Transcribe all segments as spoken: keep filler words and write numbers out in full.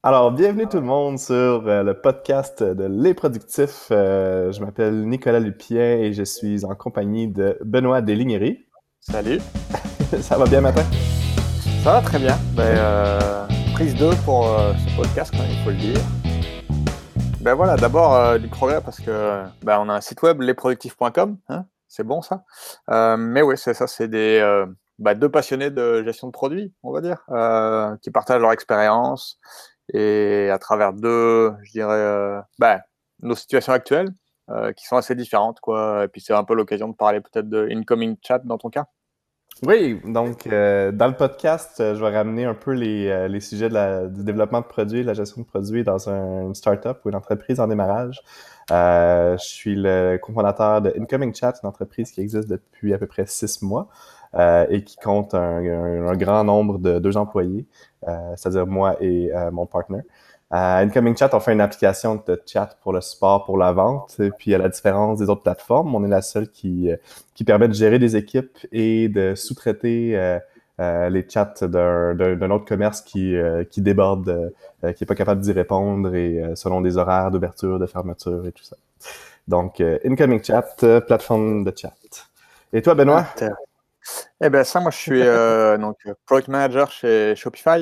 Alors, bienvenue tout le monde sur euh, le podcast de Les Productifs. Euh, je m'appelle Nicolas Lupien et je suis en compagnie de Benoît Deslignery. Salut. Ça va bien matin? Ça va très bien. Ben, euh, prise deux pour euh, ce podcast, quand même, il faut le dire. Ben voilà, d'abord euh, du progrès parce que ben, on a un site web, lesproductifs point com, hein, c'est bon ça. Euh, mais oui, c'est ça, c'est des euh, ben, deux passionnés de gestion de produits, on va dire, euh, qui partagent leur expérience et à travers deux, je dirais, euh, ben, nos situations actuelles euh, qui sont assez différentes, quoi. Et puis c'est un peu l'occasion de parler peut-être de incoming chat dans ton cas. Oui, donc euh, dans le podcast, euh, je vais ramener un peu les, euh, les sujets de la, du développement de produits, de la gestion de produits dans un, une startup ou une entreprise en démarrage. Euh, je suis le cofondateur de Incoming Chat, une entreprise qui existe depuis à peu près six mois euh, et qui compte un, un, un grand nombre de deux employés, euh, c'est-à-dire moi et euh, mon partner. À Incoming Chat, on fait une application de chat pour le support, pour la vente. Et puis, à la différence des autres plateformes, on est la seule qui, qui permet de gérer des équipes et de sous-traiter euh, euh, les chats d'un, d'un, d'un autre commerce qui, euh, qui déborde, euh, qui est pas capable d'y répondre et euh, selon des horaires d'ouverture, de fermeture et tout ça. Donc, euh, Incoming Chat, euh, plateforme de chat. Et toi, Benoît? Inter- Eh ben ça, moi, je suis euh, donc euh, product manager chez Shopify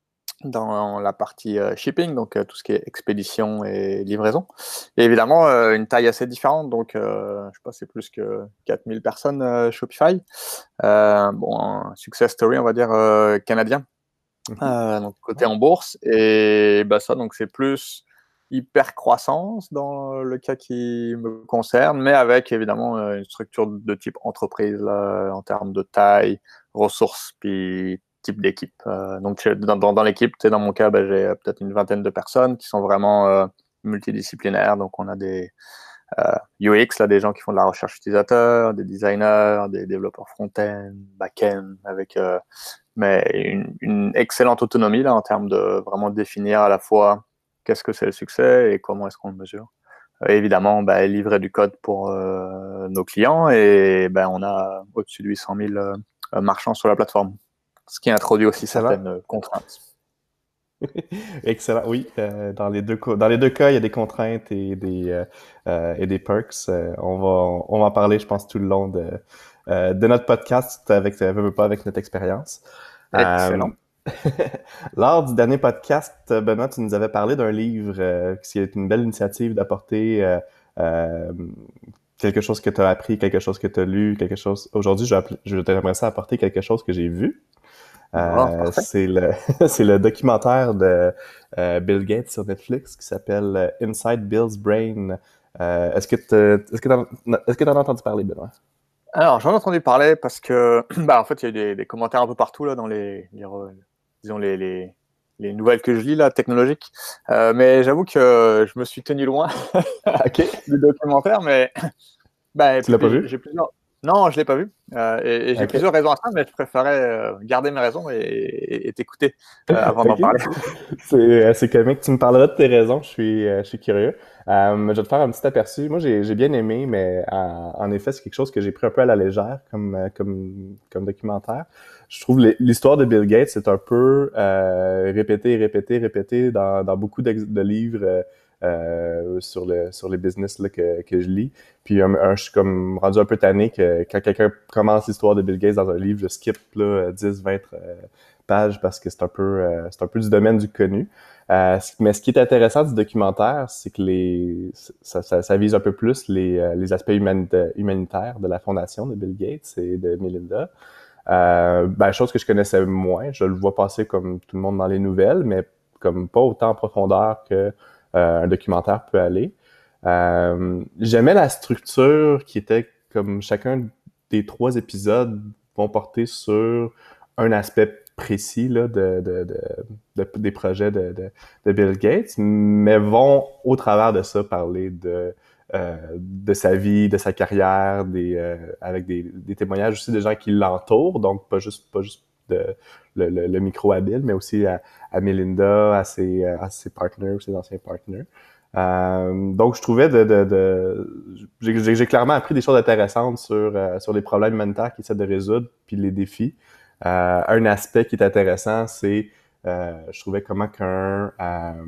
dans la partie euh, shipping, donc euh, tout ce qui est expédition et livraison. Et évidemment, euh, une taille assez différente, donc euh, je sais pas, c'est plus que quatre mille personnes euh, Shopify. Euh, bon, un success story, on va dire, euh, canadien, Mhm. euh, donc côté en bourse. Et bah, ça, donc c'est plus hyper croissance dans le cas qui me concerne, mais avec évidemment euh, une structure de type entreprise là, en termes de taille, ressources, puis type d'équipe. Euh, donc dans, dans, dans l'équipe, dans mon cas, bah, j'ai peut-être une vingtaine de personnes qui sont vraiment euh, multidisciplinaires. Donc on a des euh, U X, là, des gens qui font de la recherche utilisateur, des designers, des développeurs front-end, back-end, avec euh, mais une, une excellente autonomie là, en termes de vraiment définir à la fois qu'est-ce que c'est le succès et comment est-ce qu'on le mesure. Et évidemment, bah, livrer du code pour euh, nos clients et bah, on a au-dessus de huit cent mille euh, marchands sur la plateforme, ce qui introduit aussi Excellent. certaines contraintes. Excellent. Oui, euh, dans les deux cas, dans les deux cas, il y a des contraintes et des euh, euh, et des perks. Euh, on va on va en parler, je pense, tout le long de euh, de notre podcast avec euh, veux, veux pas avec notre expérience. Euh, Excellent. Lors du dernier podcast, Benoît, tu nous avais parlé d'un livre euh, qui est une belle initiative d'apporter euh, euh, quelque chose que tu as appris, quelque chose que tu as lu, quelque chose. Aujourd'hui, je, je t'aimerais ça apporter quelque chose que j'ai vu. Bon, Euh, parfait. c'est le c'est le documentaire de euh, Bill Gates sur Netflix qui s'appelle euh, Inside Bill's Brain. Euh, est-ce que tu est-ce que t'en, est-ce que t'en as entendu parler, Benoît? Alors, j'en ai entendu parler parce que, bah, en fait, il y a eu des, des commentaires un peu partout là dans les, les re- disons les, les, les nouvelles que je lis là, technologiques. Euh, mais j'avoue que je me suis tenu loin Ok. du documentaire, mais bah, et Tu l'as pas puis vu? j'ai plusieurs. Non, je l'ai pas vu. Euh, et, et j'ai Ok. plusieurs raisons à ça, mais je préférais euh, garder mes raisons et, et, et t'écouter euh, avant d'en Ok. parler. C'est euh, c'est comique. Tu me parleras de tes raisons. Je suis euh, je suis curieux. Euh, je vais te faire un petit aperçu. Moi, j'ai j'ai bien aimé, mais en, en effet, c'est quelque chose que j'ai pris un peu à la légère comme euh, comme comme documentaire. Je trouve les- l'histoire de Bill Gates c'est un peu euh, répété, répété, répété dans dans beaucoup d'ex- de livres. Euh, euh, sur le sur les business là, que, que je lis. Puis un, un, je suis comme rendu un peu tanné que quand quelqu'un commence l'histoire de Bill Gates dans un livre, je skip là, dix, vingt euh, pages parce que c'est un peu euh, c'est un peu du domaine du connu. Euh, mais ce qui est intéressant du documentaire, c'est que les ça, ça, ça vise un peu plus les, euh, les aspects humanita- humanitaires de la fondation de Bill Gates et de Melinda. Euh, ben, chose que je connaissais moins. Je le vois passer comme tout le monde dans les nouvelles, mais comme pas autant en profondeur que euh, un documentaire peut aller. Euh, j'aimais la structure qui était comme chacun des trois épisodes vont porter sur un aspect précis là, de, de, de, de- des projets de, de, de Bill Gates, mais vont au travers de ça parler de euh, de sa vie, de sa carrière, des, euh, avec des, des témoignages aussi de gens qui l'entourent, donc pas juste pas juste de, le, le, le micro habile, mais aussi à, à Melinda, à ses, à ses partenaires, ses anciens partenaires. Euh, donc je trouvais de, de, de j'ai, j'ai clairement appris des choses intéressantes sur euh, sur les problèmes humanitaires qu'ils essaient de résoudre puis les défis. Euh, un aspect qui est intéressant, c'est euh, je trouvais comment qu'un euh,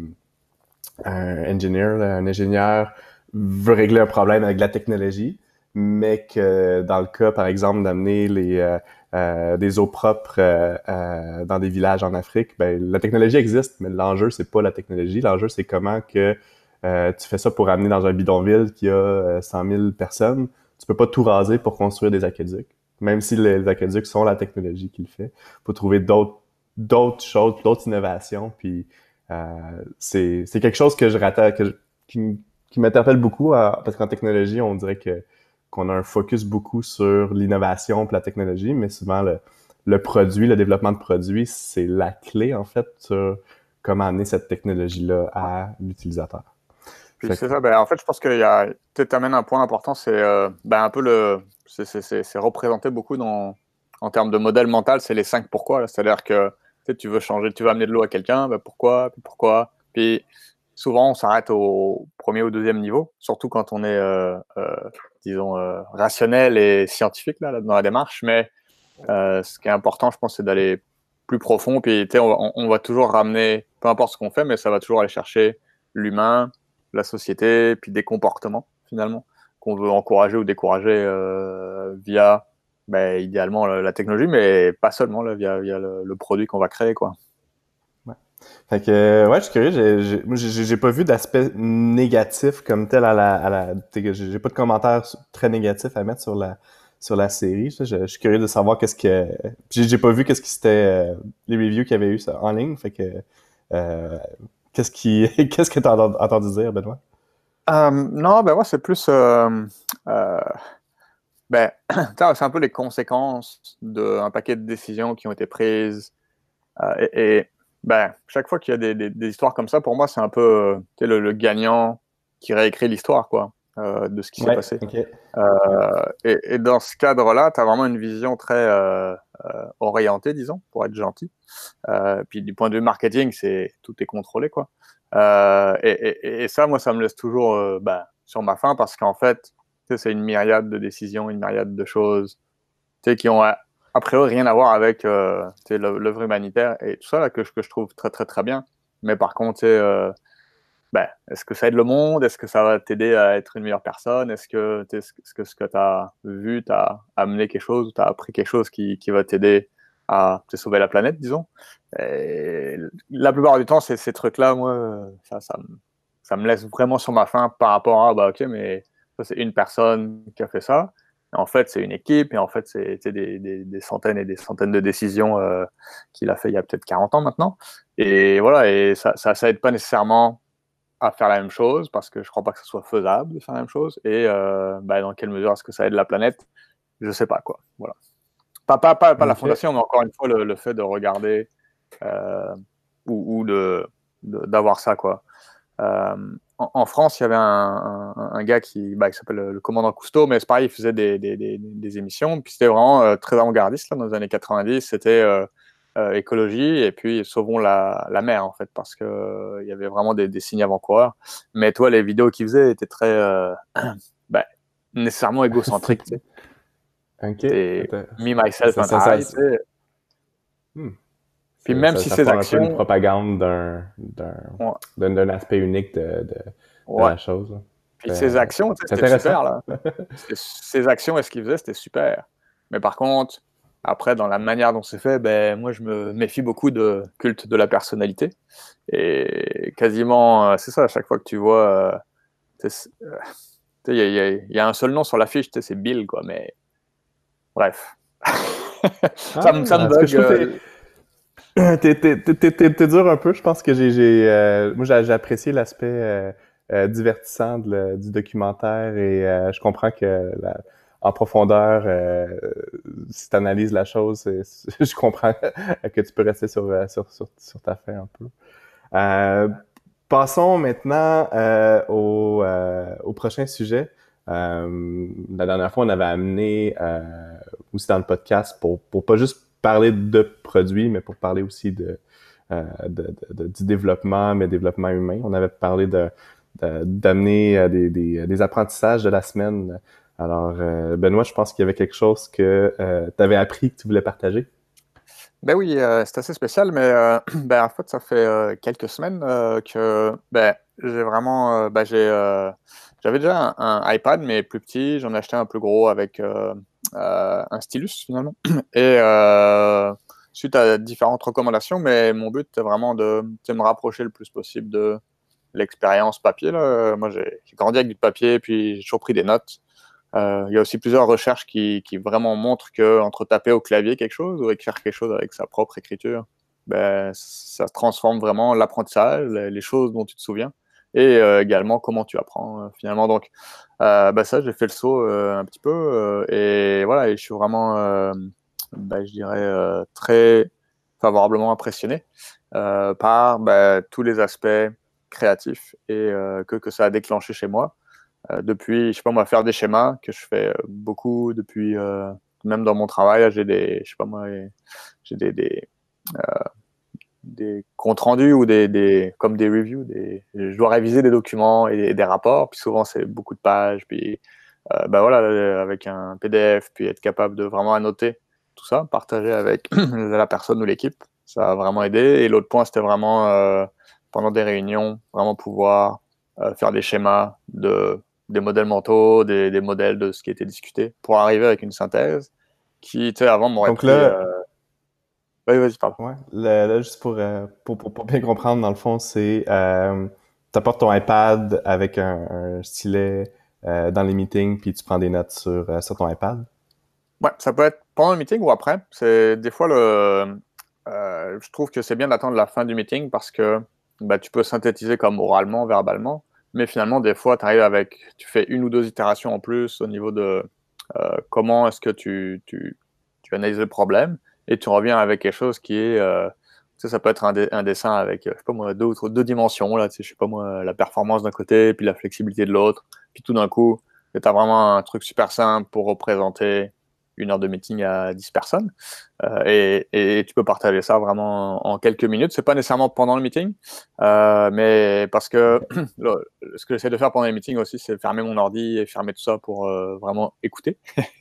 un engineer, un ingénieur veut régler un problème avec de la technologie, mais que dans le cas, par exemple, d'amener les euh, euh, des eaux propres euh, euh, dans des villages en Afrique, ben la technologie existe, mais l'enjeu c'est pas la technologie, l'enjeu c'est comment que euh, tu fais ça pour amener dans un bidonville qui a euh, cent mille personnes, tu peux pas tout raser pour construire des aqueducs, même si les, les aqueducs sont la technologie qui le fait. Faut trouver d'autres d'autres choses, d'autres innovations, puis euh, c'est c'est quelque chose que je rattache, que je, qui, qui m'interpelle beaucoup à, parce qu'en technologie, on dirait que qu'on a un focus beaucoup sur l'innovation et la technologie, mais souvent le, le produit, le développement de produits, c'est la clé en fait sur comment amener cette technologie-là à l'utilisateur. Puis c'est ça, ben, en fait, je pense qu'il y a, tu amènes un point important, c'est euh, ben, un peu le, c'est, c'est, c'est, c'est représenté beaucoup dans, en termes de modèle mental, c'est les cinq pourquoi. C'est-à-dire que tu sais, tu veux changer, tu veux amener de l'eau à quelqu'un, ben, pourquoi, puis pourquoi. Puis souvent, on s'arrête au premier ou deuxième niveau, surtout quand on est, euh, euh, disons, euh, rationnel et scientifique là, là, dans la démarche. Mais euh, ce qui est important, je pense, c'est d'aller plus profond. Puis tu sais, on, on, on va toujours ramener, peu importe ce qu'on fait, mais ça va toujours aller chercher l'humain, la société, puis des comportements, finalement, qu'on veut encourager ou décourager euh, via, ben, idéalement, la, la technologie, mais pas seulement, là, via, via le, le produit qu'on va créer, quoi. Ouais. Fait que, ouais, je suis curieux, j'ai, j'ai, moi, j'ai, j'ai pas vu d'aspect négatif comme tel à la, à la, j'ai, j'ai pas de commentaires très négatifs à mettre sur la, sur la série. Je, je suis curieux de savoir qu'est-ce que, j'ai, j'ai pas vu qu'est-ce qui c'était, euh, les reviews qu'il y avait eu ça, en ligne, fait que, euh, qu'est-ce qui, qu'est-ce que t'as entendu dire, Benoît? Euh, non, ben moi, c'est plus, euh, euh, ben, c'est un peu les conséquences d'un paquet de décisions qui ont été prises. Euh, et, et ben, chaque fois qu'il y a des, des, des histoires comme ça, pour moi, c'est un peu euh, le, le gagnant qui réécrit l'histoire, quoi, euh, de ce qui s'est Ouais, passé. ok. Euh, et, et dans ce cadre-là, tu as vraiment une vision très euh, euh, orientée, disons, pour être gentil. Euh, puis du point de vue marketing, c'est tout est contrôlé, quoi. Euh, et, et, et ça, moi, ça me laisse toujours euh, ben, sur ma faim parce qu'en fait, c'est une myriade de décisions, une myriade de choses qui ont a, a priori rien à voir avec euh, l'œuvre humanitaire et tout ça là, que, que je trouve très, très, très bien. Mais par contre, euh, ben, est-ce que ça aide le monde? Est-ce que ça va t'aider à être une meilleure personne? Est-ce que, est-ce que ce que tu as vu t'a amené quelque chose ou tu as appris quelque chose qui, qui va t'aider à te sauver la planète, disons? Et la plupart du temps, c'est ces trucs-là, moi, ça, ça, me, ça me laisse vraiment sur ma faim par rapport à, bah, ok, mais ça, c'est une personne qui a fait ça. Et en fait, c'est une équipe, et en fait, c'est des, des, des centaines et des centaines de décisions euh, qu'il a fait il y a peut-être quarante ans maintenant. Et voilà, et ça, ça, ça aide pas nécessairement à faire la même chose parce que je crois pas que ce soit faisable de faire la même chose et euh, bah, dans quelle mesure est-ce que ça aide la planète, je sais pas, quoi. Voilà, pas pas pas, pas la Ok. fondation, mais encore une fois le, le fait de regarder euh, ou, ou de d'avoir ça, quoi. Euh, en, en France, il y avait un, un, un gars qui, bah, qui s'appelle le commandant Cousteau, mais c'est pareil, il faisait des, des, des, des émissions, puis c'était vraiment euh, très avant-gardiste là, dans les années quatre-vingt-dix. C'était euh, euh, écologie et puis sauvons la, la mer, en fait, parce que euh, il y avait vraiment des, des signes avant-coureurs. Mais toi, les vidéos qu'il faisait étaient très euh, bah, nécessairement égocentriques, tu sais. Ok. C'était Attends. me, myself Ça, and ça, ça, I, ça, tu sais. hmm. Puis Ça, même ça, si ça ses forme un peu une actions, propagande d'un, d'un, ouais, d'un, d'un aspect unique de, de, de ouais. la chose. Là. Puis ses C'est, actions, tu sais, c'est c'était intéressant. super, là. Ses actions et ce qu'il faisait, c'était super. Mais par contre, après, dans la manière dont c'est fait, ben, moi, je me méfie beaucoup de culte de la personnalité. Et quasiment, euh, c'est ça, à chaque fois que tu vois, il euh, y, y, y a un seul nom sur l'affiche, c'est Bill, quoi. Mais bref. ça, me, ça me Ah, ce que je bug. trouve que Euh, t'es, t'es, t'es, t'es, t'es, t'es dur un peu. Je pense que j'ai, j'ai euh, moi, j'ai, j'ai apprécié l'aspect euh, euh, divertissant de le- du documentaire et euh, je comprends que la, en profondeur, euh, si tu analyses la chose, c'est- je comprends que tu peux rester sur, euh, sur, sur, sur ta fin un peu. Euh, Passons maintenant euh, au, euh, au prochain sujet. Euh, la dernière fois, on avait amené euh, aussi dans le podcast pour, pour pas juste parler de produits, mais pour parler aussi de, euh, de, de, de- du développement, mais développement humain. On avait parlé de, de- d'amener euh, des, des, des apprentissages de la semaine. Alors, euh, Benoît, je pense qu'il y avait quelque chose que euh, tu avais appris que tu voulais partager. Ben oui, euh, c'est assez spécial, mais euh, ben, en fait, ça fait euh, quelques semaines euh, que ben, j'ai vraiment. Euh, ben, j'ai, euh, j'avais déjà un, un iPad, mais plus petit. J'en ai acheté un plus gros avec euh, euh, un stylus, finalement. Et euh, suite à différentes recommandations, mais mon but, c'était vraiment de, tu sais, me rapprocher le plus possible de l'expérience papier. Là. Moi, j'ai, j'ai grandi avec du papier, puis j'ai toujours pris des notes. Euh, il y a aussi plusieurs recherches qui, qui vraiment montrent que entre taper au clavier quelque chose ou écrire quelque chose avec sa propre écriture, ben, ça transforme vraiment l'apprentissage, les, les choses dont tu te souviens, et euh, également comment tu apprends euh, finalement. Donc, euh, ben ça, j'ai fait le saut euh, un petit peu, euh, et voilà, et je suis vraiment, euh, ben, je dirais, euh, très favorablement impressionné euh, par ben, tous les aspects créatifs et euh, que, que ça a déclenché chez moi. Euh, depuis, je sais pas moi, faire des schémas que je fais euh, beaucoup depuis, euh, même dans mon travail, j'ai des, je sais pas moi, j'ai des, des, euh, des comptes rendus ou des, des, comme des reviews, des, je dois réviser des documents et des, des rapports, puis souvent c'est beaucoup de pages, puis euh, bah voilà, avec un P D F, puis être capable de vraiment annoter tout ça, partager avec la personne ou l'équipe, ça a vraiment aidé. Et l'autre point, c'était vraiment euh, pendant des réunions, vraiment pouvoir euh, faire des schémas de des modèles mentaux, des, des modèles de ce qui était discuté, pour arriver avec une synthèse qui, tu sais, avant m'aurait Donc pris. là, Euh... Vas-y, vas-y, pardon. ouais, là, là, juste pour, euh, pour, pour, pour bien comprendre, dans le fond, c'est euh, tu apportes ton iPad avec un, un stylet euh, dans les meetings, puis tu prends des notes sur, euh, sur ton iPad. Ouais, ça peut être pendant le meeting ou après. C'est des fois le. Euh, je trouve que c'est bien d'attendre la fin du meeting parce que bah, tu peux synthétiser comme oralement, verbalement, mais finalement des fois tu arrives avec, tu fais une ou deux itérations en plus au niveau de euh, comment est-ce que tu, tu, tu analyses le problème et tu reviens avec quelque chose qui est, euh, tu sais, ça peut être un, dé- un dessin avec, euh, je sais pas moi, deux, ou deux dimensions là, tu sais, je sais pas moi, la performance d'un côté puis la flexibilité de l'autre, puis tout d'un coup, tu as vraiment un truc super simple pour représenter une heure de meeting à dix personnes. Euh, et, et, tu peux partager ça vraiment en, en quelques minutes. C'est pas nécessairement pendant le meeting, euh, mais parce que Ok. le, ce que j'essaie de faire pendant les meetings aussi, c'est fermer mon ordi et fermer tout ça pour euh, vraiment écouter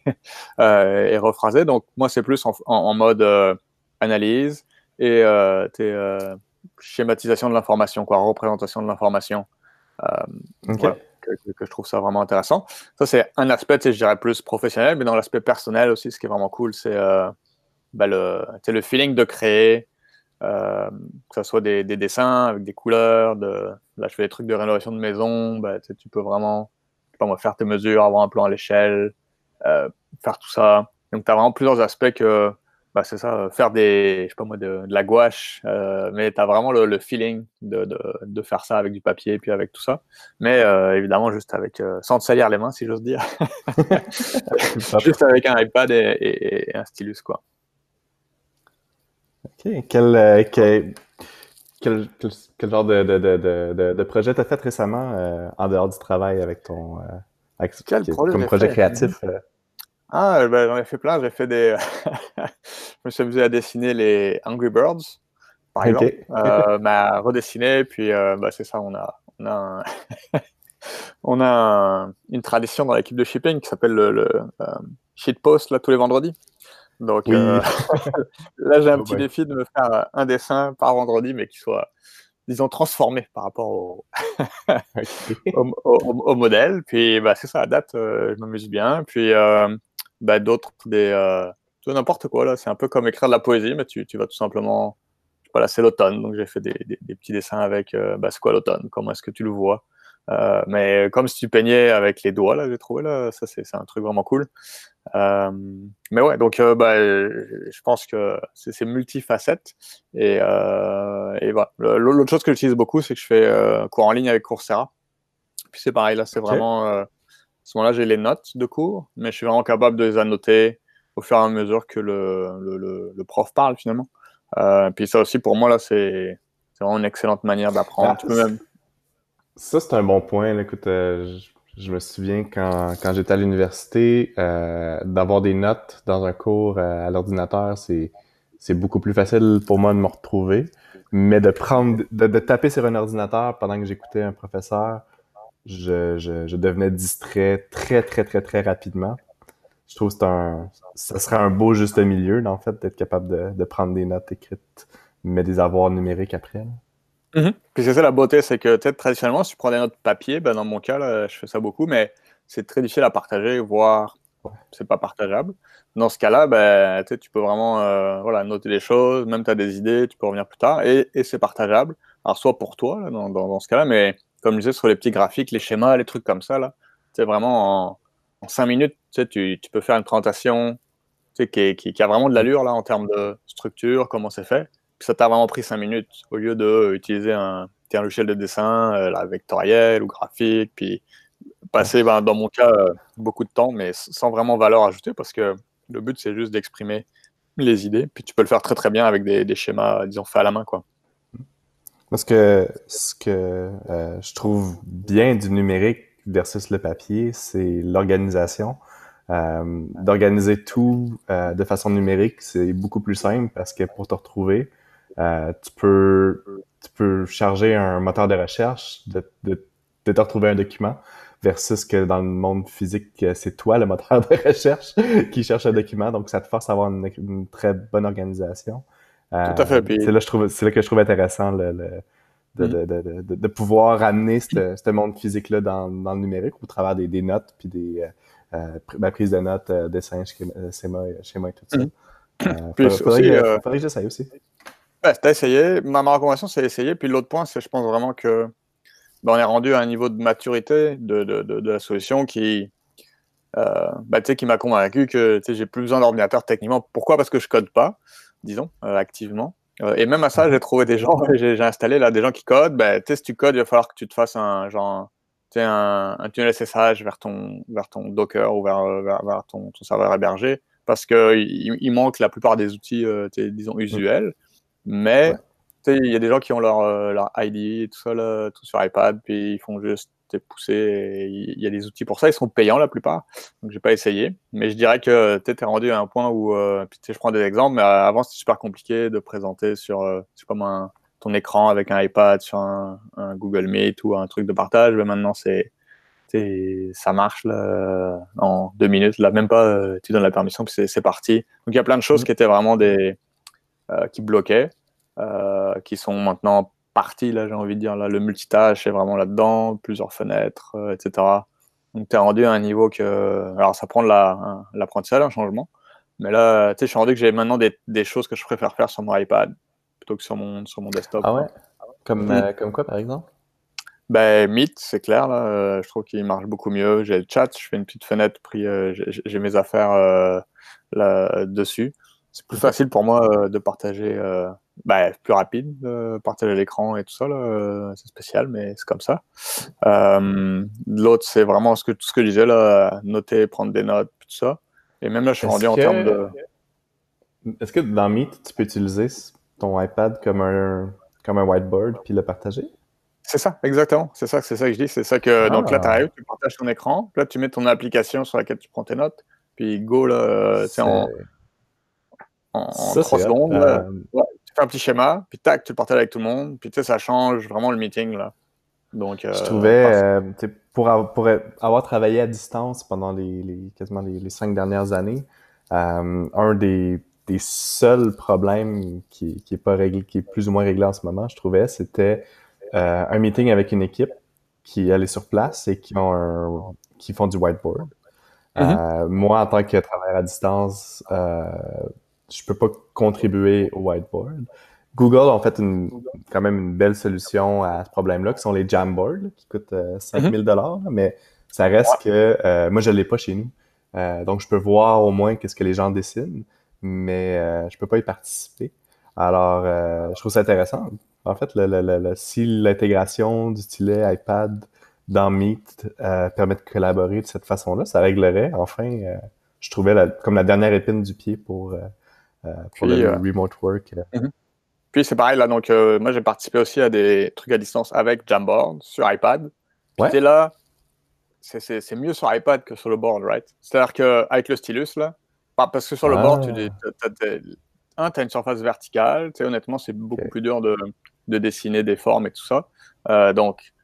euh, et rephraser. Donc moi, c'est plus en, en, en mode euh, analyse et euh, euh, schématisation de l'information, quoi, représentation de l'information. Euh, voilà, OK. que, que, que je trouve ça vraiment intéressant. Ça, c'est un aspect, je dirais, plus professionnel, mais dans l'aspect personnel aussi, ce qui est vraiment cool, c'est euh, bah, le, le feeling de créer, euh, que ce soit des, des dessins avec des couleurs, de, là, je fais des trucs de rénovation de maison, bah, tu peux vraiment, je sais pas moi, faire tes mesures, avoir un plan à l'échelle, euh, faire tout ça. Donc, tu as vraiment plusieurs aspects que, bah, c'est ça, faire des, je sais pas moi, de, de la gouache, euh, mais tu as vraiment le, le feeling de, de, de, faire ça avec du papier et puis avec tout ça. Mais euh, évidemment, juste avec, euh, sans te salir les mains, si j'ose dire, Pas juste trop. avec un iPad et, et, et un stylus, quoi. OK. Quel, euh, quel, quel, quel, quel genre de, de, de, de, de, de projet t'as fait récemment euh, en dehors du travail avec ton... euh, avec, Quel projet comme j'ai projet fait? Mhm. créatif? euh? Ah, ben, j'en ai fait plein. J'ai fait des. Je me suis amusé à dessiner les Angry Birds, par exemple, OK. euh, mais à redessiner. Puis, euh, bah, c'est ça, on a, on a, un- on a un- une tradition dans l'équipe de shipping qui s'appelle le, le euh, shitpost, là, tous les vendredis. Donc, euh, Oui. là, j'ai un Oh petit ben. défi de me faire un dessin par vendredi, mais qui soit, disons, transformé par rapport au, OK. au, au- au modèle. Puis bah, c'est ça, à date, euh, je m'amuse bien. Puis euh, bah, d'autres, des, euh, tout n'importe quoi, là. C'est un peu comme écrire de la poésie, mais tu, tu vas tout simplement. Je sais pas, là, c'est l'automne, donc j'ai fait des, des, des petits dessins avec euh, bah, c'est quoi l'automne, comment est-ce que tu le vois. Euh, mais comme si tu peignais avec les doigts, là, j'ai trouvé, là, ça, c'est, c'est un truc vraiment cool. Euh, mais ouais, donc euh, bah, je pense que c'est, c'est multifacette. Et, euh, et voilà. L'autre chose que j'utilise beaucoup, c'est que je fais euh, cours en ligne avec Coursera. Puis c'est pareil, là, c'est OK. vraiment. Euh, à ce moment-là, j'ai les notes de cours, mais je suis vraiment capable de les annoter au fur et à mesure que le, le, le, le prof parle, finalement. Euh, puis ça aussi, pour moi, là, c'est c'est vraiment une excellente manière d'apprendre. Ben, Tu peux même. ça, c'est un bon point. Là. Écoute, euh, je, je me souviens quand, quand j'étais à l'université, euh, d'avoir des notes dans un cours euh, à l'ordinateur, c'est, c'est beaucoup plus facile pour moi de me retrouver. Mais de prendre, de, de taper sur un ordinateur pendant que j'écoutais un professeur, je, je, je devenais distrait très, très, très, très rapidement. je trouve que c'est un, ça serait un beau juste milieu, en fait, d'être capable de, de prendre des notes écrites, mais des avoirs numériques après. Là. Mm-hmm. Puis c'est ça la beauté, c'est que peut-être traditionnellement, si tu prends des notes papier, ben, dans mon cas, là, je fais ça beaucoup, mais c'est très difficile à partager, voire c'est pas partageable. Dans ce cas-là, ben, tu peux vraiment euh, voilà, noter les choses, même tu as des idées, tu peux revenir plus tard, et, et c'est partageable. Alors, soit pour toi, là, dans, dans, dans ce cas-là, mais comme je disais, sur les petits graphiques, les schémas, les trucs comme ça, là, vraiment en, en cinq minutes, tu, tu peux faire une présentation qui, qui, qui a vraiment de l'allure là, en termes de structure, comment c'est fait. Puis ça t'a vraiment pris cinq minutes au lieu d'utiliser un, un logiciel de dessin, euh, là, vectoriel ou graphique, puis passer, ben, dans mon cas, euh, beaucoup de temps, mais sans vraiment valeur ajoutée, parce que le but, c'est juste d'exprimer les idées, puis tu peux le faire très très bien avec des, des schémas, disons, faits à la main, quoi. Parce que ce que euh, je trouve bien du numérique versus le papier, c'est l'organisation. Euh, d'organiser tout euh, de façon numérique, c'est beaucoup plus simple parce que pour te retrouver, euh, tu peux tu peux charger un moteur de recherche de, de, de te retrouver un document versus que dans le monde physique, c'est toi le moteur de recherche qui cherche un document, donc ça te force à avoir une, une très bonne organisation. Tout à Euh, fait. Puis, c'est là je trouve c'est là que je trouve intéressant le, le de, mm. de, de, de, de pouvoir amener ce monde physique-là dans, dans le numérique au travers des, des notes puis des euh, ma prise de notes, euh, dessin, schéma, schéma et tout ça. Mm. Euh, Puis faudrait, faudrait, aussi, que, euh, faudrait que j'essaye aussi. ouais, c'est essayé. Ma, ma recommandation, c'est essayer. Puis l'autre point, c'est je pense vraiment que ben, on est rendu à un niveau de maturité de, de, de, de la solution qui, euh, bah, qui m'a convaincu que j'ai plus besoin d'ordinateur techniquement. Pourquoi? Parce que je code pas, disons, euh, activement. Euh, et même à ça, j'ai trouvé des gens, j'ai installé là des gens qui codent. Bah, si tu codes, il va falloir que tu te fasses un genre un, un tunnel S S H vers ton, vers ton Docker ou vers, vers, vers ton, ton serveur hébergé parce qu'il il manque la plupart des outils, euh, disons, usuels. Mais ouais. Il y a des gens qui ont leur, euh, leur I D E tout ça, là, tout sur iPad, puis ils font juste pousser. Il y a des outils pour ça, ils sont payants la plupart. Donc, j'ai pas essayé. Mais je dirais que tu es rendu à un point où, euh, puis, je prends des exemples, mais avant, c'était super compliqué de présenter sur, euh, je sais pas moi, un, ton écran avec un iPad sur un, un Google Meet ou un truc de partage. Mais maintenant, c'est ça marche là, en deux minutes. Là, même pas, euh, tu donnes la permission, puis c'est parti. Donc, il y a plein de choses mmh. qui étaient vraiment des. Euh, qui bloquaient, euh, qui sont maintenant parties, là, j'ai envie de dire. Là, le multitâche est vraiment là-dedans, plusieurs fenêtres, euh, et cetera. Donc, tu es rendu à un niveau que. Alors, ça prend de l'apprentissage, la, un changement. Mais là, tu sais, je suis rendu que j'ai maintenant des, des choses que je préfère faire sur mon iPad plutôt que sur mon, sur mon desktop. Ah ouais? Comme, mmh. euh, comme quoi, par exemple? Ben, Meet, c'est clair, là, euh, je trouve qu'il marche beaucoup mieux. J'ai le chat, je fais une petite fenêtre, puis euh, j'ai mes affaires euh, là, dessus. C'est plus facile pour moi euh, de partager, euh, ben, plus rapide, de partager l'écran et tout ça. Euh, c'est spécial, mais c'est comme ça. Euh, L'autre, c'est vraiment ce que, tout ce que je disais, là, noter, prendre des notes, tout ça. Et même là, je suis rendu que... en termes de... Est-ce que dans Meet, tu peux utiliser ton iPad comme un, comme un whiteboard puis le partager? C'est ça, exactement. C'est ça, c'est ça que je dis. C'est ça que, ah. Donc là, tu arrives, tu partages ton écran, puis là, tu mets ton application sur laquelle tu prends tes notes, puis go, là, tu sais, en, en, en trois secondes, euh... ouais, tu fais un petit schéma, puis tac, tu le partages avec tout le monde, puis tu sais, ça change vraiment le meeting, là. Donc, euh, je trouvais, euh, pour, avoir, pour avoir travaillé à distance pendant les, les quasiment les, les cinq dernières années, euh, un des, des seuls problèmes qui, qui est pas réglé, qui est plus ou moins réglé en ce moment, je trouvais, c'était euh, un meeting avec une équipe qui allait sur place et qui ont un, qui font du whiteboard. Mm-hmm. euh, moi, en tant que travailleur à distance, euh, je peux pas contribuer au whiteboard. Google a fait une, quand même une belle solution à ce problème-là, qui sont les Jamboard, qui coûtent euh, cinq mille dollars, mm-hmm. mais ça reste que euh, moi, je l'ai pas chez nous. Euh, donc, je peux voir au moins qu'est-ce que les gens dessinent, mais euh, je peux pas y participer. Alors, euh, je trouve ça intéressant. En fait, le, le, le, le, si l'intégration du stylet iPad dans Meet euh, permet de collaborer de cette façon-là, ça réglerait, enfin, euh, je trouvais la, comme la dernière épine du pied pour, euh, pour Puis, le euh, remote work. Mm-hmm. Puis c'est pareil, là, donc euh, moi j'ai participé aussi à des trucs à distance avec Jamboard sur iPad. Puis ouais. là, c'est mieux sur iPad que sur le board, right? C'est-à-dire qu'avec le stylus, là, parce que sur le ah. board, tu as, as une surface verticale, honnêtement, c'est beaucoup okay. plus dur de, de dessiner des formes et tout ça. Euh, donc,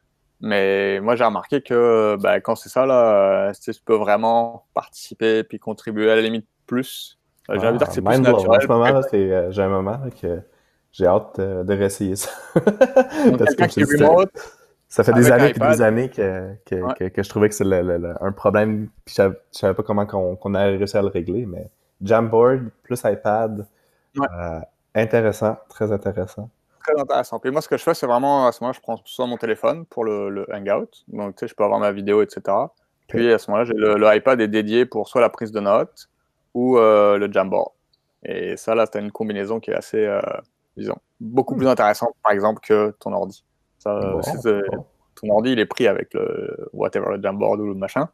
Mais moi, j'ai remarqué que bah, quand c'est ça, là, euh, tu sais, tu peux vraiment participer puis contribuer à la limite plus. Euh, j'ai envie de dire que Ah, c'est plus mind blown. En naturel ce pour moment, là, quelqu'un c'est, euh, j'ai un moment là, que j'ai hâte euh, de réessayer ça. donc, Parce que quelqu'un comme je te qui est dis, ça, remote ça fait des avec un années puis iPad. des années que, que, Ouais, que, que je trouvais que c'est le- le- le- un problème, puis je savais, je savais pas comment qu'on qu'on allait réussir à le régler, mais Jamboard plus iPad, ouais, euh, intéressant, très intéressant. très intéressant. Puis moi, ce que je fais, c'est vraiment, à ce moment-là, je prends soit mon téléphone pour le, le Hangout. Donc, tu sais, je peux avoir ma vidéo, et cetera. OK. Puis à ce moment-là, j'ai le, le iPad est dédié pour soit la prise de notes ou euh, le Jamboard. Et ça, là, tu as une combinaison qui est assez, euh, disons, beaucoup Hmm. plus intéressante, par exemple, que ton ordi. Ça, euh, c'est- Bon, c'est- bon. ton ordi, il est pris avec le whatever, le Jamboard ou le machin.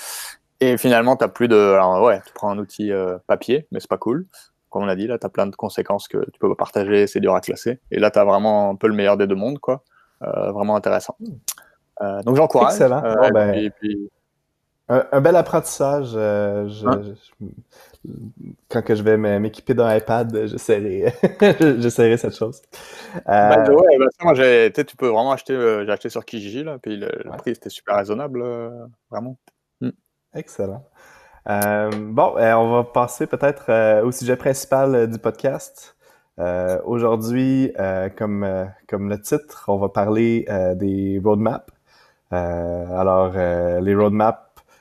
Et finalement, tu n'as plus de. Alors, ouais, tu prends un outil euh, papier, mais c'est pas cool. Comme on a dit, là, tu as plein de conséquences que tu peux pas partager, c'est dur à classer. Et là, tu as vraiment un peu le meilleur des deux mondes, quoi. Euh, vraiment intéressant. Hmm. Euh, donc, j'encourage. Excellent. Euh, Bon, et ben, puis, puis, un, un bel apprentissage. euh, hein. je, je- quand que je vais m- m'équiper d'un iPad, j'essaierai, j'essaierai cette chose. By the Euh, way, bah, ça, moi, j'ai, tu sais, tu peux vraiment acheter. Euh, j'ai acheté sur Kijiji, là, puis le, le ouais, prix était super raisonnable, euh, vraiment. Mm. excellent. Euh, bon, euh, on va passer peut-être euh, au sujet principal euh, du podcast. Euh, aujourd'hui, euh, comme, euh, comme le titre, on va parler euh, des roadmaps. Euh, alors, euh, les roadmaps,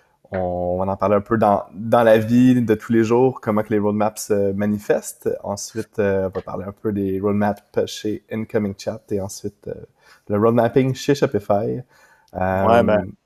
on va en parler un peu dans, dans la vie de tous les jours, comment que les roadmaps se manifestent. Ensuite, euh, on va parler un peu des roadmaps chez Incoming Chat et ensuite euh, le roadmapping chez Shopify. Ouais, ben, Euh,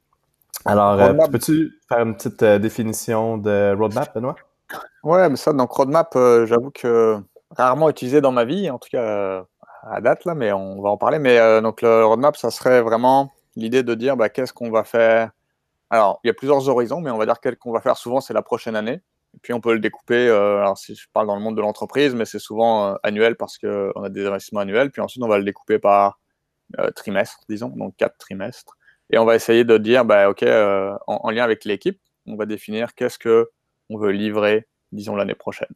alors, euh, roadmap. peux-tu faire une petite euh, définition de roadmap, Benoît? Ouais, mais ça, donc roadmap, euh, j'avoue que rarement utilisé dans ma vie, en tout cas euh, à date, là, mais on va en parler. Mais euh, donc le roadmap, ça serait vraiment l'idée de dire bah, qu'est-ce qu'on va faire. Alors, il y a plusieurs horizons, mais on va dire quel qu'on va faire souvent, c'est la prochaine année. Et puis on peut le découper, euh, alors si je parle dans le monde de l'entreprise, mais c'est souvent euh, annuel parce qu'on a des investissements annuels. Puis ensuite, on va le découper par euh, trimestre, disons, donc quatre trimestres. Et on va essayer de dire, bah, OK, euh, en, en lien avec l'équipe, on va définir qu'est-ce que on veut livrer, disons, l'année prochaine.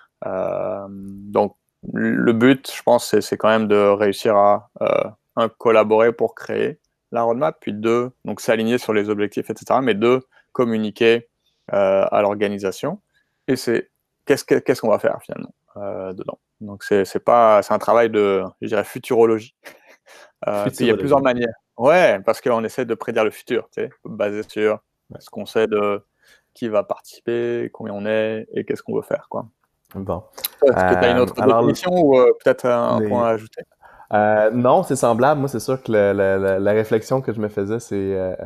Euh, donc, le but, je pense, c'est, c'est quand même de réussir à, euh, un, collaborer pour créer la roadmap, puis deux, donc s'aligner sur les objectifs, et cetera, mais deux, communiquer euh, à l'organisation. Et c'est qu'est-ce, que, qu'est-ce qu'on va faire finalement euh, dedans. Donc, c'est, c'est, pas, c'est un travail de, je dirais, futurologie. Euh, puis il y a plusieurs Futurologie. manières. Ouais, parce qu'on essaie de prédire le futur, tu sais, basé sur Ouais. ce qu'on sait de qui va participer, combien on est et qu'est-ce qu'on veut faire, quoi. Bon. Est-ce que tu as une Euh, autre alors, définition ou euh, peut-être un, un point les, à ajouter? euh, non, c'est semblable. Moi, c'est sûr que le- le- le- la réflexion que je me faisais, c'est euh,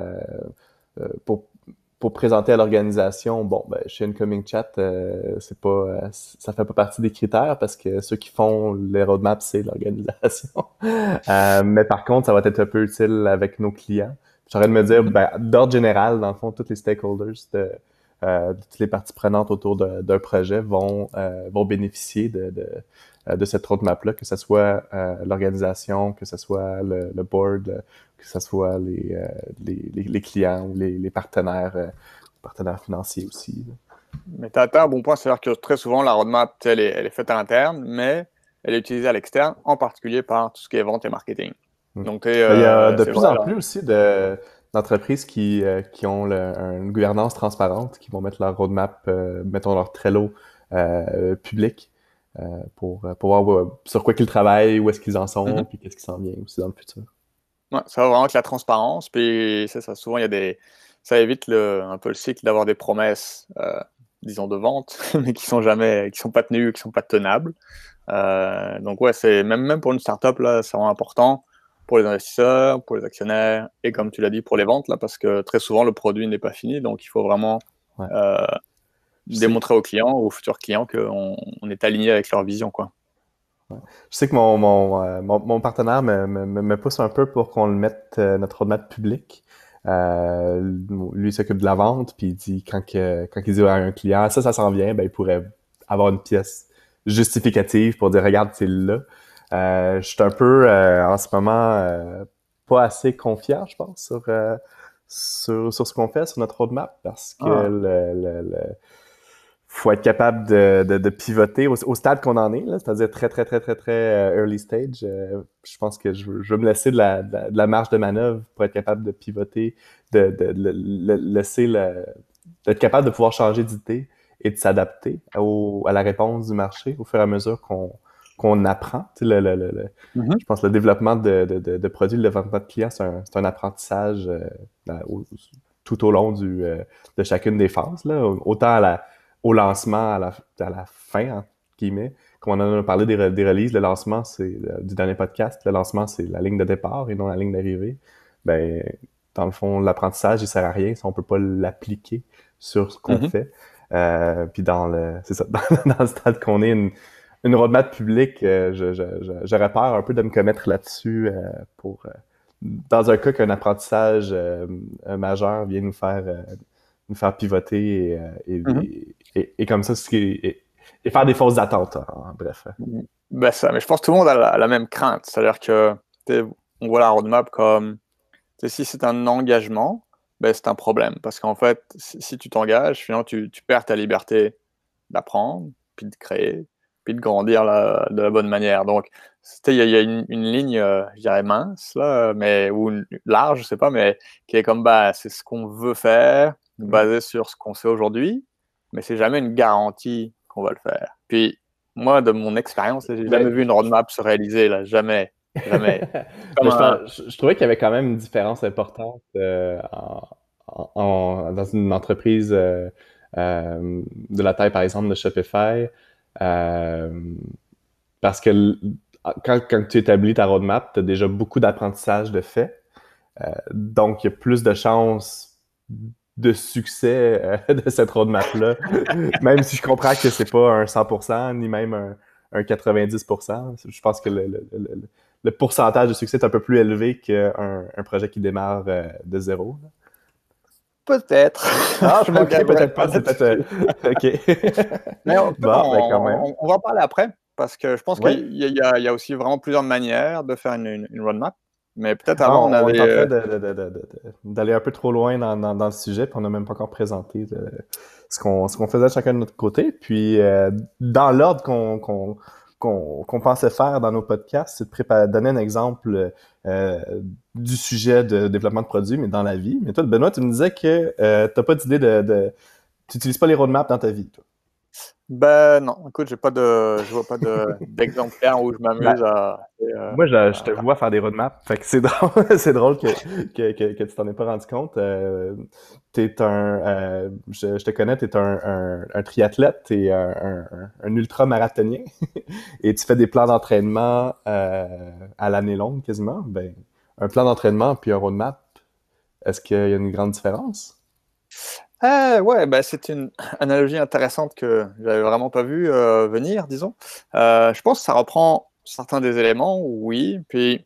euh, pour, pour présenter à l'organisation, bon, ben, chez Incoming Chat, euh, c'est pas, euh, ça fait pas partie des critères parce que ceux qui font les roadmaps, c'est l'organisation. Euh, mais par contre, ça va être un peu utile avec nos clients. J'aurais de me dire, Mhm. ben, d'ordre général, dans le fond, tous les stakeholders de, euh, toutes les parties prenantes autour de- d'un projet vont, euh, vont bénéficier de, de, euh, de cette roadmap-là, que ce soit euh, l'organisation, que ce soit le, le board, que ce soit les, euh, les, les, les clients ou les, les partenaires, euh, partenaires financiers aussi. Là. Mais tu as un bon point, c'est-à-dire que très souvent, la roadmap, elle est, elle est faite à l'interne, mais elle est utilisée à l'externe, en particulier par tout ce qui est vente et marketing. Hmm. Donc, t'es, Ben, il y a euh, de c'est plus vrai, en là. plus aussi de, d'entreprises qui, euh, qui ont le- une gouvernance transparente, qui vont mettre leur roadmap, euh, mettons leur Trello euh, public euh, pour, pour voir euh, sur quoi qu'ils travaillent, où est-ce qu'ils en sont, Mhm. puis qu'est-ce qui s'en vient aussi dans le futur. Ouais, ça va vraiment avec la transparence, puis c'est ça, souvent, il y a des... ça évite le, un peu le cycle d'avoir des promesses, euh, disons, de vente, mais qui sont jamais, qui sont pas tenues, qui sont pas tenables. Euh, donc ouais, c'est même, même pour une startup, là, c'est vraiment important pour les investisseurs, pour les actionnaires, et comme tu l'as dit, pour les ventes, là, parce que très souvent, le produit n'est pas fini, donc il faut vraiment Ouais. euh, Je sais, démontrer aux clients, aux futurs clients, qu'on on est aligné avec leur vision, quoi. ouais. Je sais que mon, mon, euh, mon, mon partenaire me, me, me pousse un peu pour qu'on le mette euh, notre roadmap public. Euh, lui il s'occupe de la vente, puis il dit quand, que, quand il dit à un client ça, ça s'en vient, ben il pourrait avoir une pièce justificative pour dire regarde, c'est là. Euh, je suis un peu euh, en ce moment euh, pas assez confiant, je pense, sur, euh, sur, sur ce qu'on fait, sur notre roadmap, parce que Ah, le, le, le faut être capable de, de, de pivoter au, au stade qu'on en est, là, c'est-à-dire très, très, très, très, très euh, early stage. Euh, je pense que je veux, je veux me laisser de la, de, la, de la marge de manœuvre pour être capable de pivoter, de, de, de, de laisser le, d'être capable de pouvoir changer d'idée et de s'adapter au, à la réponse du marché au fur et à mesure qu'on, qu'on apprend. Tu sais, le, le, le, le, Mhm. je pense que le développement de, de, de, de produits, le développement de clients, c'est un, c'est un apprentissage euh, dans, au, tout au long du, euh, de chacune des phases. Là. Autant à la, au lancement, à la, à la fin, entre guillemets, comme on en a parlé des, des releases, le lancement, c'est euh, du dernier podcast, le lancement, c'est la ligne de départ et non la ligne d'arrivée. Ben, dans le fond, l'apprentissage, il sert à rien si on peut pas l'appliquer sur ce qu'on Mhm. fait. Euh, puis dans le, c'est ça, dans, dans le stade qu'on est, une, une roadmap publique, euh, je, je, je, j'aurais peur un peu de me commettre là-dessus euh, pour, euh, dans un cas qu'un apprentissage euh, majeur vient nous faire, euh, nous faire pivoter et, euh, Mhm. et, et, et comme ça, ce qui est, et, et faire des fausses attentes, en, en bref. Ben ça, mais je pense que tout le monde a la, la même crainte. C'est-à-dire que t'sais, on voit la roadmap comme t'sais, si c'est un engagement, ben c'est un problème. Parce qu'en fait, si, si tu t'engages, finalement, tu, tu perds ta liberté d'apprendre, puis de créer, puis de grandir la, de la bonne manière. Donc, il y a, y a une, une ligne, euh, je dirais mince, là, mais, ou une, large, je sais pas, mais qui est comme, bah, c'est ce qu'on veut faire, basé sur ce qu'on sait aujourd'hui, mais c'est jamais une garantie qu'on va le faire. Puis, moi, de mon expérience, j'ai jamais Mais, vu une roadmap se réaliser, là, jamais, jamais. C'est comme mais je, un... pense, je, je trouvais qu'il y avait quand même une différence importante euh, en, en, en- dans une entreprise euh, euh, de la taille, par exemple, de Shopify. Euh, parce que l- quand, quand tu établis ta roadmap, tu as déjà beaucoup d'apprentissage de fait. Euh, donc, il y a plus de chances de succès euh, de cette roadmap-là, même si je comprends que c'est pas un cent pour cent, ni même un, un quatre-vingt-dix pour cent. Je pense que le, le, le, le pourcentage de succès est un peu plus élevé qu'un un projet qui démarre euh, de zéro. Peut-être. Ah, Je ok, m'engagerai peut-être pas pas, c'est peut-être... euh, là-dessus. ok. Mais on- peut-être Bon, ben quand on, même. on- on va en parler après, parce que je pense Oui. qu'il y a, il y a- il y a aussi vraiment plusieurs manières de faire une, une- une roadmap. Mais peut-être Ah, avant, on on est avait... en train euh, de, de- de- de- de- d'aller un peu trop loin dans, dans, dans le sujet, puis on n'a même pas encore présenté de- ce qu'on ce qu'on faisait chacun de notre côté. Puis, euh, dans l'ordre qu'on qu'on qu'on qu'on pensait faire dans nos podcasts, c'est de préparer, donner un exemple euh, du sujet de développement de produits, mais dans la vie. Mais toi, Benoît, tu me disais que euh, t'as pas d'idée de, de... Tu n'utilises pas les roadmaps dans ta vie, toi. Ben non, écoute, j'ai pas de, je vois pas de, d'exemplaire où je Ben, m'amuse à, euh, moi, je, je te à faire. vois faire des roadmaps, fait que c'est drôle, c'est drôle que, que, que, que tu t'en aies pas rendu compte. Euh, t'es un, euh, je, je te connais, t'es un, un, un triathlète, t'es un, un, un ultra-marathonien, et tu fais des plans d'entraînement euh, à l'année longue quasiment. Ben, un plan d'entraînement puis un roadmap, est-ce qu'il y a une grande différence? Ah ouais, bah c'est une analogie intéressante que j'avais vraiment pas vu euh, venir, disons. Euh, je pense que ça reprend certains des éléments, oui. Puis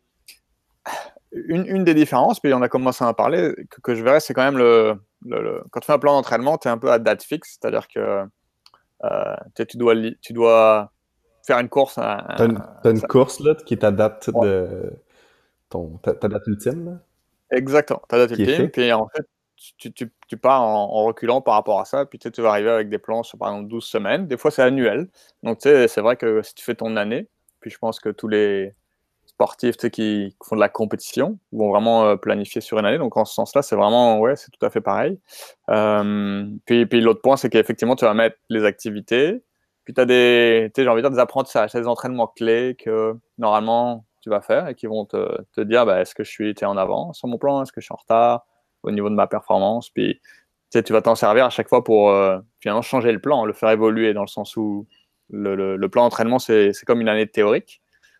une, une des différences, puis on a commencé à en parler, que, que je verrais, c'est quand même le, le, le- quand tu fais un plan d'entraînement, tu es un peu à date fixe, c'est-à-dire que euh, tu tu dois, li- tu dois faire une course. Un- T'as un- une, t'as une ça- course là, qui est ta date ouais, de ton ta, ta date ultime là, exactement, ta date qui est ultime, fixe. puis en fait, tu, tu, tu pars en, en reculant par rapport à ça, puis tu sais, tu vas arriver avec des plans sur par exemple douze semaines, des fois c'est annuel, donc tu sais, c'est vrai que si tu fais ton année, puis je pense que tous les sportifs tu sais, qui font de la compétition vont vraiment euh, planifier sur une année. Donc, en ce sens-là, c'est vraiment, ouais, c'est tout à fait pareil. Euh, puis, puis l'autre point, c'est qu'effectivement, tu vas mettre les activités. Puis, tu as des, tu sais, j'ai envie de dire des apprentissages, des entraînements clés que normalement tu vas faire et qui vont te, te dire bah, est-ce que je suis été en avance sur mon plan, est-ce que je suis en retard au niveau de ma performance. Puis, tu sais, tu vas t'en servir à chaque fois pour euh, finalement changer le plan, le faire évoluer dans le sens où le, le, le plan d'entraînement, c'est comme une année théorique.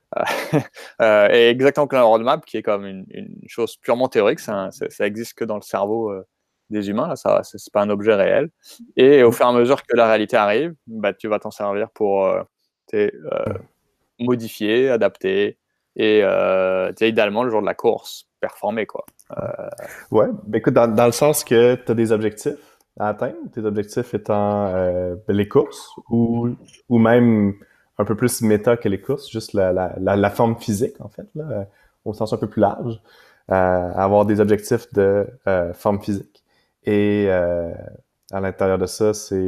euh, et exactement comme la roadmap, qui est comme une, une chose purement théorique, ça, ça, ça existe que dans le cerveau euh, des humains, là, ça, c'est pas un objet réel. Et au fur et à mesure que la réalité arrive, bah, tu vas t'en servir pour euh, euh, modifier, adapter, et euh, idéalement, le jour de la course, performer, quoi. Euh, Ouais, ben écoute, dans, dans le sens que tu as des objectifs à atteindre, tes objectifs étant euh, ben, les courses ou, ou même un peu plus méta que les courses, juste la, la, la, la forme physique, en fait, là, euh, au sens un peu plus large, euh, avoir des objectifs de euh, forme physique. Et euh, à l'intérieur de ça, c'est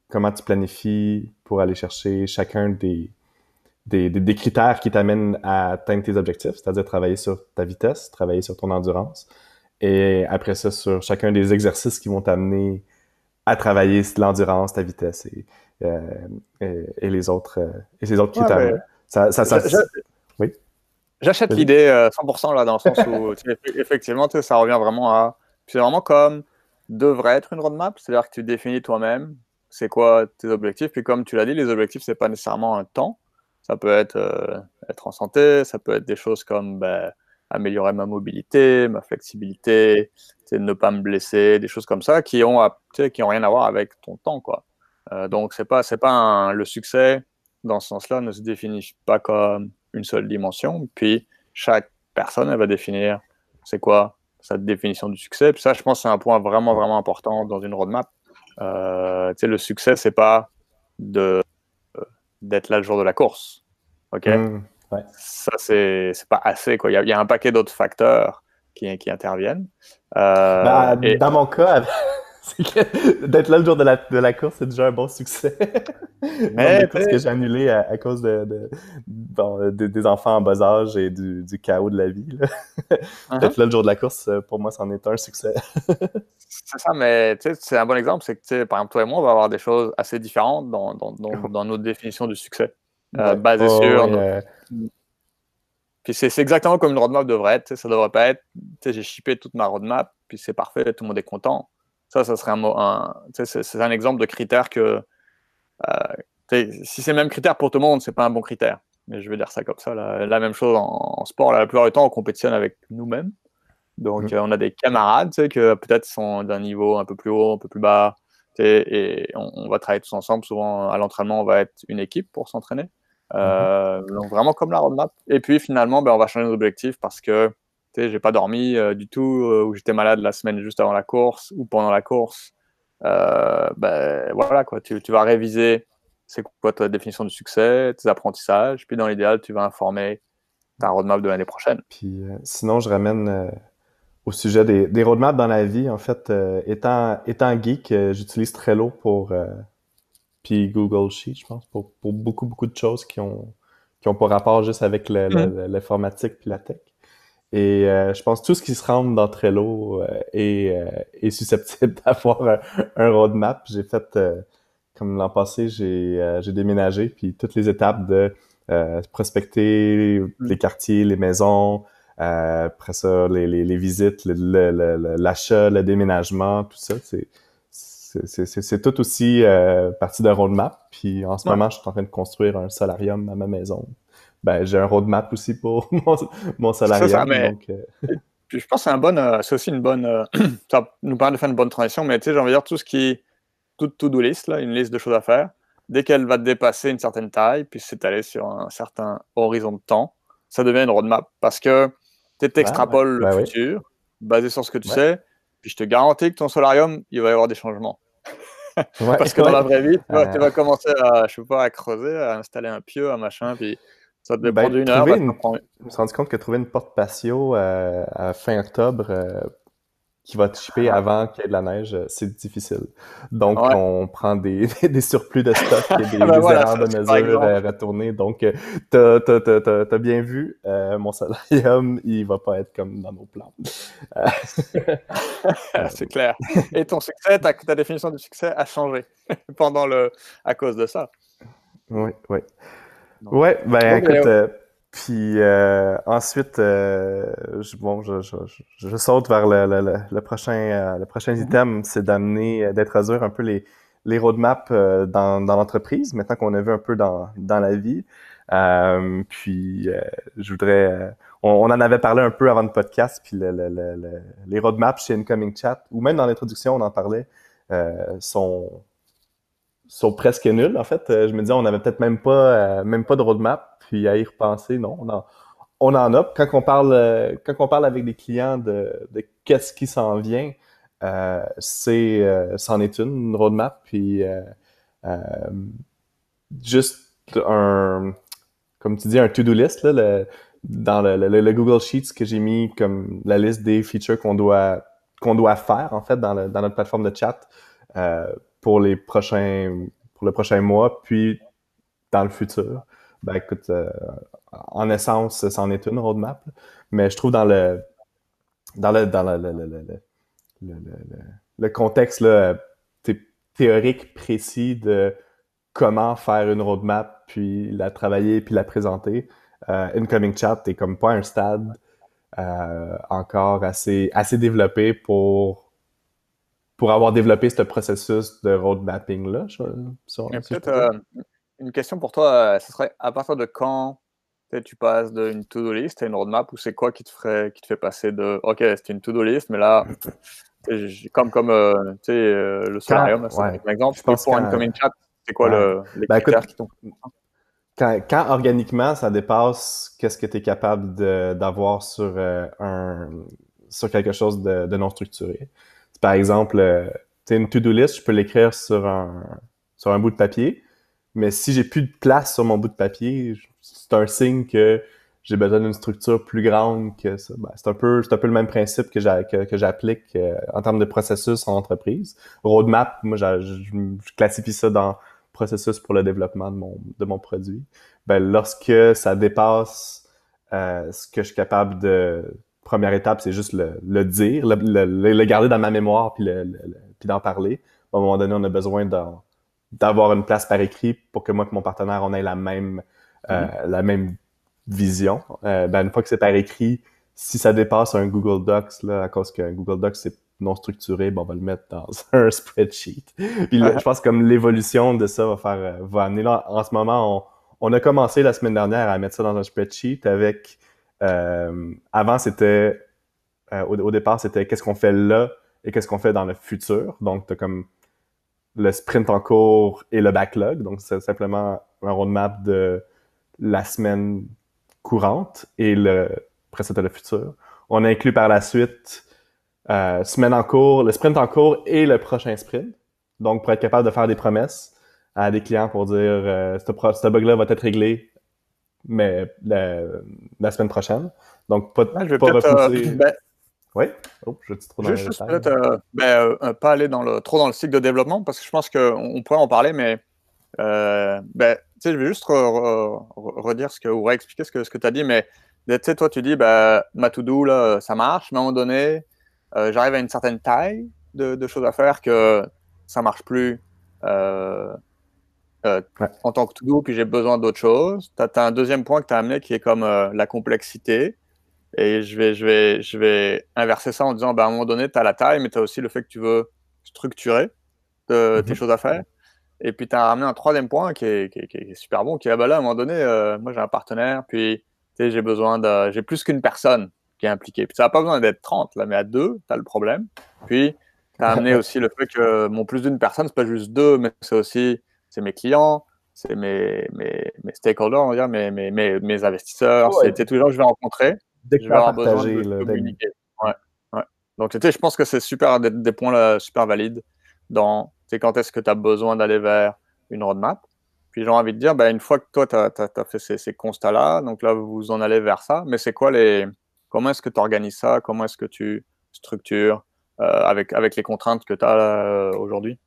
comment tu planifies pour aller chercher chacun des, des, des, des critères qui t'amènent à atteindre tes objectifs, c'est-à-dire travailler sur ta vitesse, travailler sur ton endurance, et après ça, sur chacun des exercices qui vont t'amener à travailler l'endurance, ta vitesse et, euh, et, et les autres, euh, et ces autres Ouais, critères-là. mais Ça, ça, ça, j'a- j'a- oui, j'achète vas-y. l'idée euh, cent pour cent là, dans le sens où tu sais, eff- effectivement, tu sais, ça revient vraiment à. C'est vraiment comme devrait être une roadmap, c'est-à-dire que tu définis toi-même c'est quoi tes objectifs. Puis comme tu l'as dit, les objectifs, c'est pas nécessairement un temps. Ça peut être euh, être en santé, ça peut être des choses comme ben, améliorer ma mobilité, ma flexibilité, tu sais, ne pas me blesser, des choses comme ça qui ont, à- tu sais, qui ont rien à voir avec ton temps, quoi. Euh, donc c'est pas c'est pas un- le succès dans ce sens-là ne se définit pas comme une seule dimension. Puis chaque personne, elle va définir c'est quoi sa définition du succès. Puis ça, je pense, c'est un point vraiment, vraiment important dans une roadmap. Euh, tu sais, le succès, c'est pas de, d'être là le jour de la course. OK? Mmh, ouais. Ça, c'est, c'est pas assez, quoi. Il y a, il y a un paquet d'autres facteurs qui, qui interviennent. Euh, Ben, et, dans mon cas, c'est que d'être là le jour de la, de la course, c'est déjà un bon succès. Nombre de mais, tu courses que sais, j'ai annulées à, à cause de, de- bon, de- des enfants en bas âge et du, du chaos de la vie, là. uh-huh. D'être là le jour de la course, pour moi, c'en est un succès. C'est ça, mais tu sais, c'est un bon exemple, c'est que, tu sais, par exemple, toi et moi, on va avoir des choses assez différentes dans, dans, dans, dans notre définition du succès, euh, Ouais. basées Oh, sur ouais, nos. euh, Puis c'est c'est exactement comme une roadmap devrait être, tu sais, ça devrait pas être, tu sais, j'ai shippé toute ma roadmap, puis c'est parfait, tout le monde est content. Ça, ça serait un, mo- un tu sais, c'est c'est un exemple de critère que, euh, tu sais, si c'est le même critère pour tout le monde, c'est pas un bon critère. Mais je vais dire ça comme ça. La, la même chose en, en sport, là, la plupart du temps, on compétitionne avec nous-mêmes. Donc, mm, euh, on a des camarades, tu sais, que peut-être sont d'un niveau un peu plus haut, un peu plus bas, tu sais, et on, on va travailler tous ensemble. Souvent, à l'entraînement, on va être une équipe pour s'entraîner. mhm. Euh, donc, vraiment comme la roadmap. Et puis, finalement, ben, on va changer nos objectifs parce que, tu sais, j'ai pas dormi euh, du tout, euh, ou j'étais malade la semaine juste avant la course, ou pendant la course. Euh, ben, voilà, quoi. Tu, tu vas réviser c'est quoi ta définition du succès, tes apprentissages, puis dans l'idéal, tu vas informer ta roadmap de l'année prochaine. Puis euh, sinon, je ramène euh, au sujet des, des roadmaps dans la vie. En fait, euh, étant, étant geek, euh, j'utilise Trello pour, euh, puis Google Sheet, je pense, pour, pour beaucoup, beaucoup de choses qui ont, qui ont pas rapport juste avec le- le- Mhm. le- l'informatique puis la tech. Et euh, je pense que tout ce qui se rentre dans Trello euh, est, euh, est susceptible d'avoir un, un roadmap. J'ai fait, euh, comme l'an passé, j'ai euh, j'ai déménagé, puis toutes les étapes de euh, prospecter les quartiers, les maisons, euh, après ça, les, les, les visites, le- le- le- le- l'achat, le déménagement, tout ça, c'est c'est c'est- c'est- c'est tout aussi euh, partie d'un roadmap. Puis en ce Ouais. moment, je suis en train de construire un solarium à ma maison. Ben, j'ai un roadmap aussi pour mon, mon C'est ça, solarium, mais donc euh, puis je pense que c'est un bon, euh, c'est aussi une bonne, euh, ça nous permet de faire une bonne transition, mais tu sais, j'ai envie de dire tout ce qui, toute to-do list, là, une liste de choses à faire, dès qu'elle va dépasser une certaine taille, puis s'étaler sur un certain horizon de temps, ça devient une roadmap parce que tu ah ouais, t'extrapoles le ben oui, futur basé sur ce que tu ouais, sais, puis je te garantis que ton solarium, il va y avoir des changements. ouais, Parce que dans ouais. la vraie vie, tu vas, tu Euh, vas commencer à, je sais pas, à creuser, à installer un pieu, un machin, puis ça devait ben, prendre une heure, trouver bah, ça une, prend. je me suis rendu compte que trouver une porte patio euh, à fin octobre euh, qui va te shipper avant qu'il y ait de la neige, euh, c'est difficile. Donc, Ouais, on prend des, des surplus de stock et des, ben des voilà, erreurs ça de c'est par mesure exemple. euh, retournées. Donc, euh, t'as, t'as, t'as, t'as, t'as bien vu, euh, mon solarium, il va pas être comme dans nos plans. Euh, euh, C'est clair. Et ton succès, ta, ta définition du succès a changé pendant le, à cause de ça. oui, oui. Donc, Ouais, euh, ben bon, mais, écoute, euh, puis euh, ensuite, euh, je, bon, je, je, je, je saute vers le, le, le, le prochain, euh, le prochain mhm. item, c'est d'amener, euh, d'introduire un peu les, les roadmaps euh, dans, dans l'entreprise, maintenant qu'on a vu un peu dans, dans la vie. Euh, puis, euh, je voudrais, euh, on, on en avait parlé un peu avant le podcast, puis le, le, le, le- les roadmaps chez Incoming Chat, ou même dans l'introduction, on en parlait, euh, sont sont presque nuls. En fait, Euh, je me disais, on n'avait peut-être même pas, euh, même pas de roadmap. Puis à y repenser, non, on en, on en a. Quand on parle, euh, quand on parle avec des clients de, de qu'est-ce qui s'en vient, euh, c'est, euh, c'en est une, une roadmap. Puis euh, euh, juste un, comme tu dis, un to-do list là, le- dans le, le- le Google Sheets que j'ai mis comme la liste des features qu'on doit qu'on doit faire en fait dans, le- dans notre plateforme de chat euh, pour les prochains pour le prochain mois, puis dans le futur. Ben écoute, euh, en essence, c'en est une roadmap. Mais je trouve dans le dans le dans le, le, le, le, le, le, le contexte là, théorique précis de comment faire une roadmap, puis la travailler, puis la présenter. Euh, Incoming Chat, t'es comme pas à un stade euh, encore assez, assez développé pour, pour avoir développé ce processus de road mapping-là. Si si peut-être euh, une question pour toi, euh, ce serait à partir de quand tu passes d'une to-do list à une roadmap, ou c'est quoi qui te, ferait, qui te fait passer de « Ok, c'était une to-do list, mais là, comme, comme euh, euh, le solarium, là, c'est ouais. un exemple. Je pense pour Incoming Chat, c'est quoi ouais. le, les ben, critères écoute, qui t'ont... Quand, quand organiquement, ça dépasse qu'est-ce que tu es capable d'avoir sur, euh, un, sur quelque chose de, de non structuré. Par exemple, euh, tu une to-do list, je peux l'écrire sur un, sur un bout de papier, mais si j'ai plus de place sur mon bout de papier, c'est un signe que j'ai besoin d'une structure plus grande que ça. Ben, c'est un peu, c'est un peu le même principe que, que, que j'applique euh, en termes de processus en entreprise. Roadmap, moi, je, je classifie ça dans processus pour le développement de mon, de mon produit. Ben, lorsque ça dépasse euh, ce que je suis capable de... Première étape, c'est juste le, le dire, le, le, le garder dans ma mémoire, puis, le, le, puis d'en parler. À un moment donné, on a besoin d'avoir une place par écrit pour que moi et mon partenaire, on ait la même, euh, mm-hmm. la même vision. Euh, ben, une fois que c'est par écrit, si ça dépasse un Google Docs, là, à cause qu'un Google Docs, c'est non structuré, ben on va le mettre dans un spreadsheet. Puis là, je pense que comme l'évolution de ça va faire, va amener là, en ce moment, on, on a commencé la semaine dernière à mettre ça dans un spreadsheet avec, euh, avant c'était, euh, au, au départ, c'était qu'est-ce qu'on fait là et qu'est-ce qu'on fait dans le futur. Donc, t'as comme le sprint en cours et le backlog. Donc, c'est simplement un roadmap de la semaine courante et le, après ça, t'as le futur. On a inclus par la suite Euh, semaine en cours, le sprint en cours et le prochain sprint. Donc, pour être capable de faire des promesses à des clients pour dire euh, ce bug-là va être réglé, mais la, la semaine prochaine. Donc, pas, ouais, je vais pas repousser. Euh, ben, oui? Oh, je dis trop dans je vais juste peut-être euh, ben, euh, pas aller dans le, trop dans le cycle de développement, parce que je pense qu'on on pourrait en parler, mais euh, ben, je vais juste re, re, redire ce que, ou réexpliquer ce que, ce que tu as dit, mais tu sais, toi, tu dis, ben, ma to-do, là, ça marche, mais à un moment donné, Euh, j'arrive à une certaine taille de, de choses à faire que ça marche plus euh, euh, ouais. en tant que to-do, puis j'ai besoin d'autre chose. Tu as un deuxième point que tu as amené qui est comme euh, la complexité. Et je vais, je, vais, je vais inverser ça en disant, ben, à un moment donné, tu as la taille, mais tu as aussi le fait que tu veux structurer de, mm-hmm. tes choses à faire. Et puis tu as ramené un troisième point qui est, qui est, qui est super bon, qui est, ben là, à un moment donné, euh, moi j'ai un partenaire, puis j'ai besoin de... J'ai plus qu'une personne qui est impliqué. Puis ça n'a pas besoin d'être trente, là, mais à deux, tu as le problème. Puis, tu as amené aussi le fait que mon plus d'une personne, c'est pas juste deux, mais c'est aussi c'est mes clients, c'est mes, mes, mes stakeholders, on va dire, mes, mes, mes, mes investisseurs, oh, c'est tous les gens que je vais rencontrer. Je vais avoir besoin de là, communiquer. Ouais, ouais. Donc, je pense que c'est super, des, des points là, super valides dans quand est-ce que tu as besoin d'aller vers une roadmap. Puis j'ai envie de dire, ben, une fois que toi, tu as, as, as fait ces, ces constats-là, donc là, vous en allez vers ça, mais c'est quoi les... Comment est-ce que tu organises ça? Comment est-ce que tu structures euh, avec, avec les contraintes que tu as euh, aujourd'hui?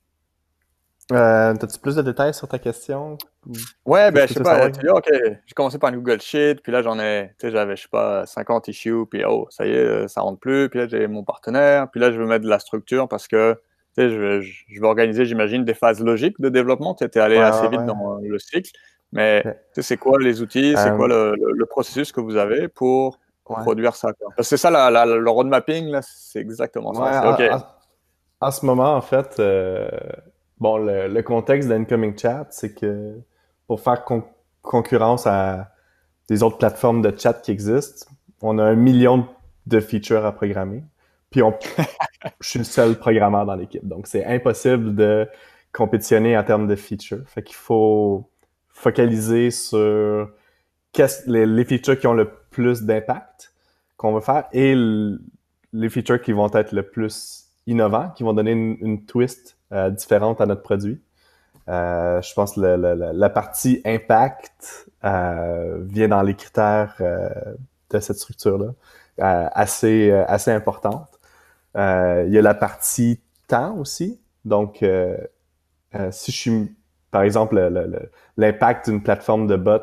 Euh, As-tu plus de détails sur ta question? Ouais, ben, je sais pas, tu dis, OK, j'ai commencé par une Google Sheet, puis là, j'en ai, tu sais, j'avais, je sais pas, cinquante issues, puis oh, ça y est, ça rentre plus, puis là, j'ai mon partenaire, puis là, je veux mettre de la structure parce que, tu sais, je veux, je veux organiser, j'imagine, des phases logiques de développement. Tu étais allé ouais, assez ouais, vite ouais. dans le cycle, mais okay. tu sais, c'est quoi les outils, c'est um... quoi le, le, le processus que vous avez pour ouais. produire ça, quoi. Parce que c'est ça, la, la, le road mapping, là, c'est exactement ouais, ça. Okay. En, en, en ce moment, en fait, euh, bon, le, le contexte d'Incoming Chat, c'est que pour faire con concurrence à des autres plateformes de chat qui existent, on a un million de features à programmer. Puis on, je suis le seul programmeur dans l'équipe. Donc, c'est impossible de compétitionner en termes de features. Fait qu'il faut focaliser sur les, les features qui ont le plus d'impact qu'on va faire et les features qui vont être le plus innovants, qui vont donner une, une twist euh, différente à notre produit. Euh, je pense que le, le, la partie impact euh, vient dans les critères euh, de cette structure-là, euh, assez, euh, assez importante. Euh, il y a la partie temps aussi. Donc, euh, Euh, si je suis, par exemple, le- le- le- l'impact d'une plateforme de bot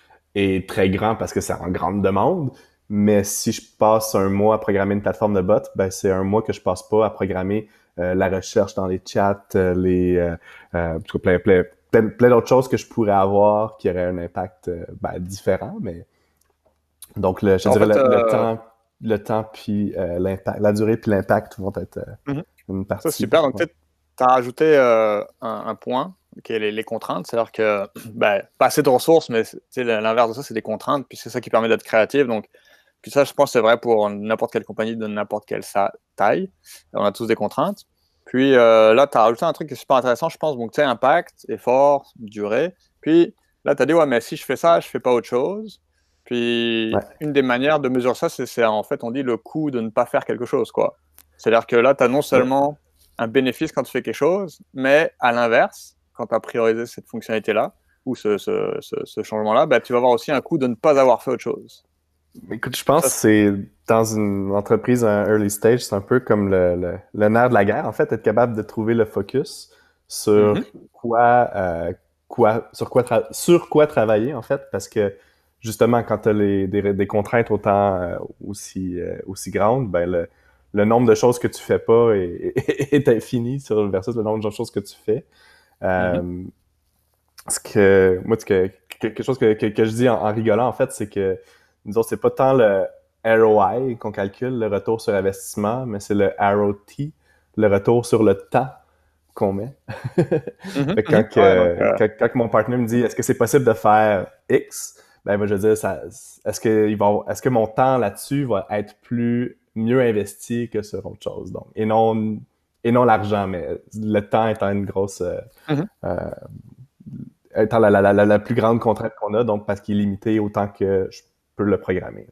est très grand parce que c'est en grande demande, mais si je passe un mois à programmer une plateforme de bot, ben c'est un mois que je passe pas à programmer euh, la recherche dans les chats, euh, les euh, euh, en tout cas, plein, plein, plein, plein d'autres choses que je pourrais avoir qui auraient un impact euh, ben, différent. Mais donc le, je te En dirais fait, le, le euh, temps, le temps puis euh, l'impact, la durée puis l'impact vont être euh, mhm. une Ça, c'est partie. super. Donc, Ouais. tu as rajouté euh, un, un point qui est les, les contraintes. C'est-à-dire que, ben, pas assez de ressources, mais c'est- l'inverse de ça, c'est des contraintes. Puis c'est ça qui permet d'être créatif. Donc, puis ça, je pense que c'est vrai pour n'importe quelle compagnie de n'importe quelle taille. On a tous des contraintes. Puis euh, là, tu as rajouté un truc qui est super intéressant, je pense. Donc, tu sais, impact, effort, durée. Puis là, tu as dit, ouais, mais si je fais ça, je fais pas autre chose. Puis Ouais. une des manières de mesurer ça, c'est en fait, on dit le coût de ne pas faire quelque chose, quoi. C'est-à-dire que là, tu as non Ouais. seulement un bénéfice quand tu fais quelque chose, mais à l'inverse, quand tu as priorisé cette fonctionnalité-là ou ce, ce, ce, ce changement-là, bah, tu vas avoir aussi un coût de ne pas avoir fait autre chose. Écoute, je pense Ça, que c'est dans une entreprise en early stage, c'est un peu comme le, le, le nerf de la guerre, en fait, être capable de trouver le focus sur mm-hmm. quoi, euh, quoi, sur quoi, tra- sur quoi travailler, en fait, parce que justement, quand tu as les, des, des contraintes autant euh, aussi, euh, aussi grandes, ben le, le nombre de choses que tu fais pas est, est, est infini sur versus le nombre de choses que tu fais. Mm-hmm. Euh, ce que moi, ce que, quelque chose que, que, que je dis en, en rigolant, en fait, c'est que nous autres, c'est pas tant le R O I qu'on calcule, le retour sur investissement, mais c'est le R O T, le retour sur le temps qu'on met. Mm-hmm. Fait que Mm-hmm. quand, Ouais, donc, que, euh, quand, quand mon partenaire me dit est-ce que c'est possible de faire X, ben moi je veux dire ça, est-ce que il va, est-ce que mon temps là-dessus va être plus mieux investi que sur autre chose, donc et non et non l'argent, mais le temps étant une grosse euh, mm-hmm. euh, étant la, la, la, la plus grande contrainte qu'on a, donc parce qu'il est limité autant que je peux le programmer.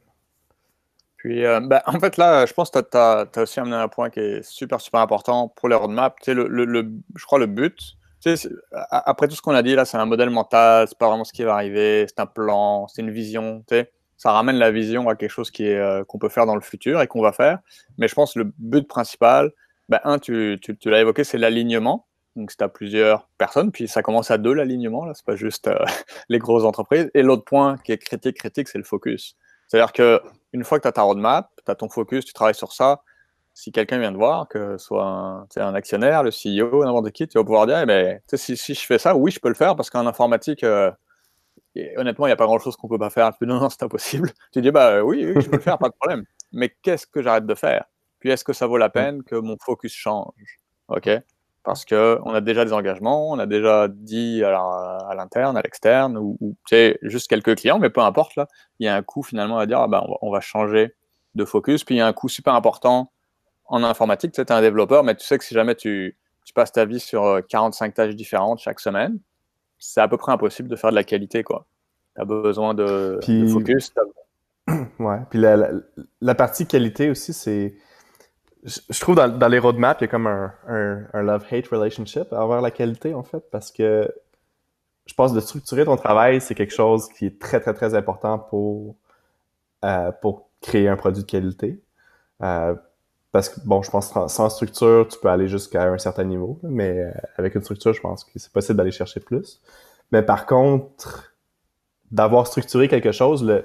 Puis, euh, bah, en fait, là, je pense que tu as aussi amené un point qui est super, super important pour les roadmaps. Tu sais, le, le, le, je crois le but, tu sais, après tout ce qu'on a dit, là, c'est un modèle mental, c'est pas vraiment ce qui va arriver, c'est un plan, c'est une vision. Tu sais, ça ramène la vision à quelque chose qui est, euh, qu'on peut faire dans le futur et qu'on va faire. Mais je pense que le but principal, bah, un, tu, tu, tu l'as évoqué, c'est l'alignement. Donc, c'est à plusieurs personnes, puis ça commence à deux, l'alignement, là, c'est pas juste euh, les grosses entreprises. Et l'autre point qui est critique, critique, c'est le focus. C'est-à-dire que une fois que tu as ta roadmap, tu as ton focus, tu travailles sur ça, si quelqu'un vient te voir, que ce soit un, un actionnaire, le C E O, n'importe qui, tu vas pouvoir dire eh ben, si, si je fais ça, oui, je peux le faire parce qu'en informatique, euh, et honnêtement, il n'y a pas grand-chose qu'on ne peut pas faire. Non, non, c'est impossible. Tu dis bah oui, oui, je peux le faire, pas de problème. Mais qu'est-ce que j'arrête de faire? Puis est-ce que ça vaut la peine que mon focus change? OK? Parce qu'on a déjà des engagements, on a déjà dit à l'interne, à l'externe, ou, ou tu sais, juste quelques clients, mais peu importe, là, il y a un coût finalement à dire ah, bah, on, va, on va changer de focus. Puis il y a un coût super important en informatique. Tu sais, es un développeur, mais tu sais que si jamais tu, tu passes ta vie sur quarante-cinq tâches différentes chaque semaine, c'est à peu près impossible de faire de la qualité, quoi. Tu as besoin de, de Puis, focus. ouais. Puis la, la, la partie qualité aussi, c'est. Je, je trouve dans, dans les roadmaps, il y a comme un, un, un love-hate relationship envers la qualité, en fait, parce que je pense de structurer ton travail, c'est quelque chose qui est très, très, très important pour, euh, pour créer un produit de qualité. Euh, parce que, bon, je pense que sans structure, tu peux aller jusqu'à un certain niveau, mais euh, avec une structure, je pense que c'est possible d'aller chercher plus. Mais par contre, d'avoir structuré quelque chose, le,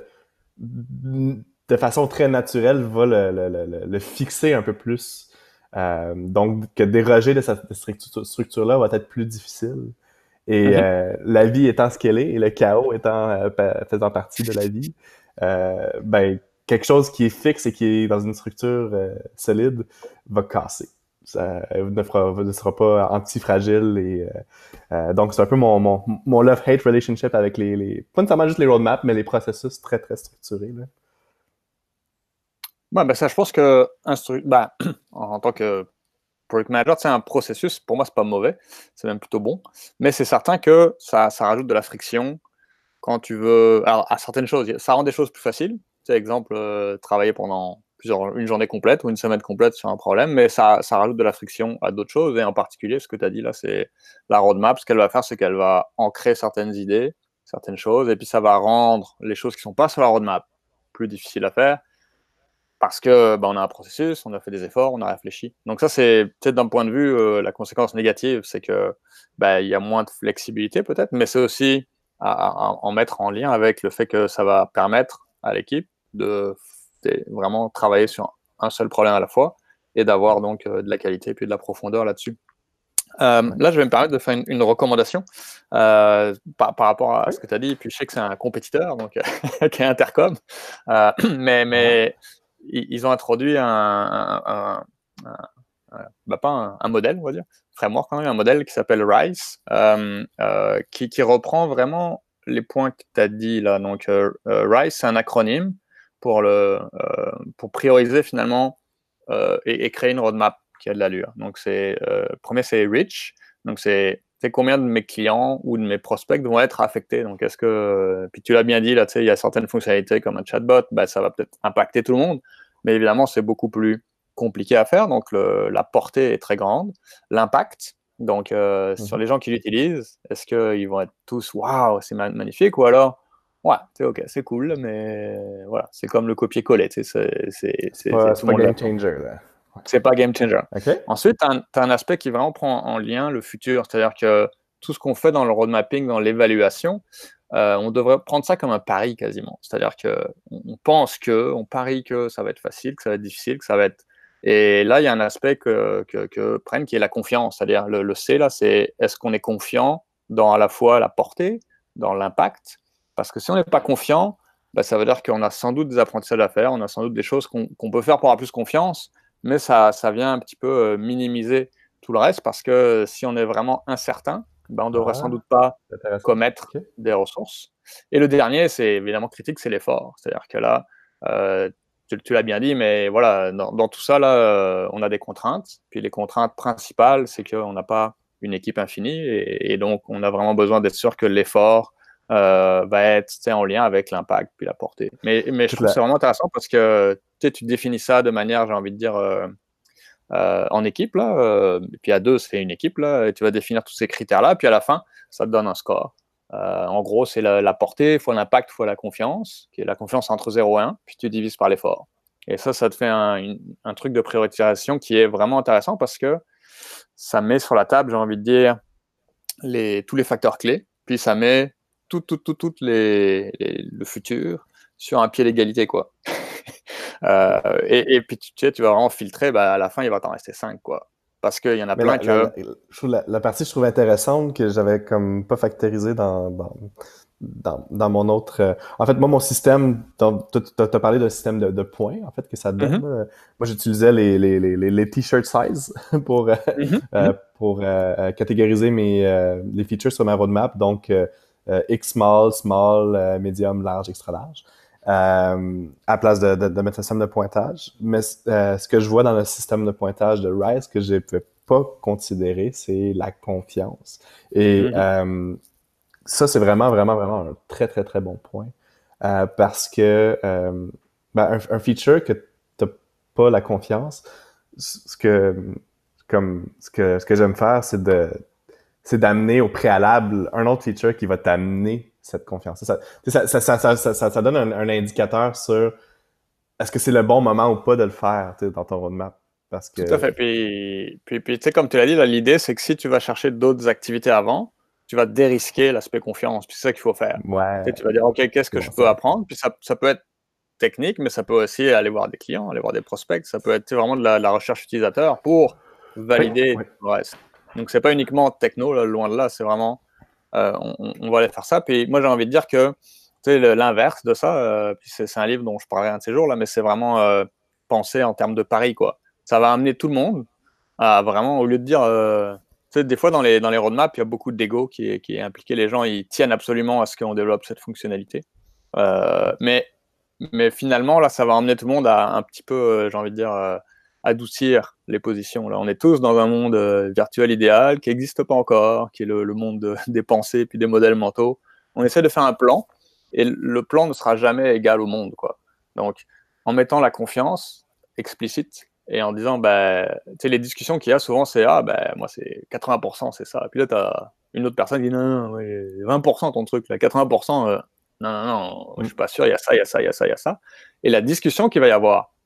de façon très naturelle, va le, le, le, le fixer un peu plus. Euh, donc, que déroger de cette structure-là va être plus difficile. Et Mm-hmm. euh, la vie étant ce qu'elle est, et le chaos étant euh, faisant partie de la vie, euh, ben, quelque chose qui est fixe et qui est dans une structure euh, solide va casser. Ça ne, fera, ne sera pas anti-fragile. Et, euh, euh, donc, c'est un peu mon, mon, mon love-hate relationship avec les, les... Pas nécessairement juste les roadmaps, mais les processus très, très structurés. Là. Ouais, ben ça, je pense que instru... ben, en tant que project manager, c'est un processus, pour moi, c'est pas mauvais, c'est même plutôt bon. Mais c'est certain que ça, ça rajoute de la friction quand tu veux. Alors, à certaines choses, ça rend des choses plus faciles. C'est exemple, euh, travailler pendant plusieurs, une journée complète ou une semaine complète sur un problème, mais ça, ça rajoute de la friction à d'autres choses. Et en particulier, ce que tu as dit là, c'est la roadmap. Ce qu'elle va faire, c'est qu'elle va ancrer certaines idées, certaines choses, et puis ça va rendre les choses qui sont pas sur la roadmap plus difficiles à faire. parce que bah, on a un processus, on a fait des efforts, on a réfléchi. Donc ça, c'est peut-être d'un point de vue, euh, la conséquence négative, c'est que bah, il y a moins de flexibilité peut-être, mais c'est aussi à, à, en mettre en lien avec le fait que ça va permettre à l'équipe de, de vraiment travailler sur un seul problème à la fois et d'avoir donc euh, de la qualité et puis de la profondeur là-dessus. Euh, Ouais. là, je vais me permettre de faire une, une recommandation euh, par, par rapport à Oui. ce que tu as dit. Puis je sais que c'est un compétiteur, donc qui est Intercom, euh, mais, mais Ah. ils, ils ont introduit un, un, un, un, un bah pas un, un modèle, on va dire, framework quand même, un modèle qui s'appelle RISE, euh, euh, qui, qui reprend vraiment les points que tu as dit là. Donc euh, RISE, c'est un acronyme pour le euh, pour prioriser finalement euh, et, et créer une roadmap qui a de l'allure. Donc, c'est, euh, premier, c'est Reach. Donc, c'est, c'est combien de mes clients ou de mes prospects vont être affectés. Donc, est-ce que, puis tu l'as bien dit, là, tu sais, il y a certaines fonctionnalités comme un chatbot, bah, ça va peut-être impacter tout le monde. Mais évidemment, c'est beaucoup plus compliqué à faire. Donc, le, la portée est très grande. L'impact, donc, euh, Mm-hmm. sur les gens qui l'utilisent, est-ce qu'ils vont être tous, waouh, c'est magnifique, ou alors, ouais, c'est ok, c'est cool, mais voilà, c'est comme le copier-coller, tu sais, c'est, c'est, C'est c'est, c'est, pas, tout c'est le pas monde game l'attend. changer, là. Ouais. C'est pas game changer. OK. Ensuite, tu as un, un aspect qui vraiment prend en lien le futur, c'est-à-dire que tout ce qu'on fait dans le road mapping, dans l'évaluation, euh, on devrait prendre ça comme un pari quasiment. C'est-à-dire que on pense que, on parie que ça va être facile, que ça va être difficile, que ça va être. Et là, il y a un aspect que, que, que prennent qui est la confiance. C'est-à-dire le, le C là, c'est est-ce qu'on est confiant dans à la fois la portée, dans l'impact. Parce que si on n'est pas confiant, bah, ça veut dire qu'on a sans doute des apprentissages à faire, on a sans doute des choses qu'on qu'on peut faire pour avoir plus confiance, mais ça, ça vient un petit peu euh, minimiser tout le reste parce que si on est vraiment incertain, ben on ne devrait sans Ah, doute pas c'est intéressant. commettre OK. des ressources. Et le dernier, c'est évidemment critique, c'est l'effort. C'est-à-dire que là, euh, tu, tu l'as bien dit, mais voilà, dans, dans tout ça, là, euh, on a des contraintes. Puis les contraintes principales, c'est qu'on n'a pas une équipe infinie et, et donc on a vraiment besoin d'être sûr que l'effort euh, va être en lien avec l'impact puis la portée. Mais, mais je Toute trouve que la... c'est vraiment intéressant parce que tu définis ça de manière, j'ai envie de dire, euh, euh, en équipe, là, euh, et puis à deux, c'est une équipe, là, et tu vas définir tous ces critères-là, puis à la fin, ça te donne un score. Euh, en gros, c'est la, la portée fois l'impact fois la confiance, qui est la confiance entre zéro et un, puis tu divises par l'effort. Et ça, ça te fait un, une, un truc de priorisation qui est vraiment intéressant parce que ça met sur la table, j'ai envie de dire, les, tous les facteurs clés, puis ça met tout, tout, tout, tout les, les, le futur sur un pied d'égalité, quoi. euh, et, et puis tu sais, tu vas vraiment filtrer, bah, à la fin, il va t'en rester cinq, quoi. Parce qu'il y en a Mais plein la, la, que. la, je trouve la, la partie que je trouve intéressante que j'avais comme pas factorisé dans, dans, dans, dans mon autre... euh, En fait, moi, mon système, tu as parlé d'un système de, de points, en fait, que ça te donne. Mm-hmm. là. Moi, j'utilisais les, les, les, les, les t-shirt size pour, euh, Mm-hmm. euh, pour euh, catégoriser mes, euh, les features sur ma roadmap. Donc, euh, euh, X small, small, euh, medium, large, extra large. Euh, à la place de, de, de mettre un système de pointage. Mais euh, ce que je vois dans le système de pointage de RISE que je ne peux pas considérer, c'est la confiance. Et Mm-hmm. euh, ça, c'est vraiment, vraiment, vraiment un très, très, très bon point. Euh, parce que euh, ben, un, un feature que tu n'as pas la confiance, ce que, comme, ce que, ce que j'aime faire, c'est de c'est d'amener au préalable un autre feature qui va t'amener cette confiance. Ça, ça, ça, ça, ça, ça, ça donne un, un indicateur sur est-ce que c'est le bon moment ou pas de le faire dans ton roadmap. Parce Tout à que... fait. Puis, puis, puis tu sais, comme tu l'as dit, l'idée, c'est que si tu vas chercher d'autres activités avant, tu vas dérisquer l'aspect confiance. Puis c'est ça qu'il faut faire. Tu sais, Ouais, tu vas dire, OK, qu'est-ce que bon, je peux ça. apprendre? Puis ça, ça peut être technique, mais ça peut aussi aller voir des clients, aller voir des prospects. Ça peut être vraiment de la, de la recherche utilisateur pour Oui, valider oui. le reste. Donc, c'est pas uniquement techno, là, loin de là. C'est vraiment, euh, on, on va aller faire ça. Puis moi, j'ai envie de dire que, tu sais, l'inverse de ça, euh, puis c'est, c'est un livre dont je parlerai un de ces jours, là, mais c'est vraiment euh, penser en termes de pari, quoi. Ça va amener tout le monde à vraiment, au lieu de dire, euh, tu sais, des fois dans les, dans les roadmaps, il y a beaucoup d'ego qui est, qui est impliqué. Les gens, ils tiennent absolument à ce qu'on développe cette fonctionnalité. Euh, mais mais finalement, là, ça va emmener tout le monde à un petit peu, euh, j'ai envie de dire, euh, adoucir les positions. Là, on est tous dans un monde euh, virtuel idéal qui n'existe pas encore, qui est le, le monde de, des pensées puis des modèles mentaux. On essaie de faire un plan et le plan ne sera jamais égal au monde, quoi. Donc, en mettant la confiance explicite et en disant, bah, tu sais, les discussions qu'il y a souvent, c'est ah, ben, moi, c'est quatre-vingts pour cent, c'est ça. Et puis là, tu as une autre personne qui dit non, non, ouais, vingt pour cent ton truc, là, quatre-vingts pour cent, euh, non, non, non, je suis pas sûr, il y a ça, il y a ça, il y a ça, il y a ça. Et la discussion qu'il va y avoir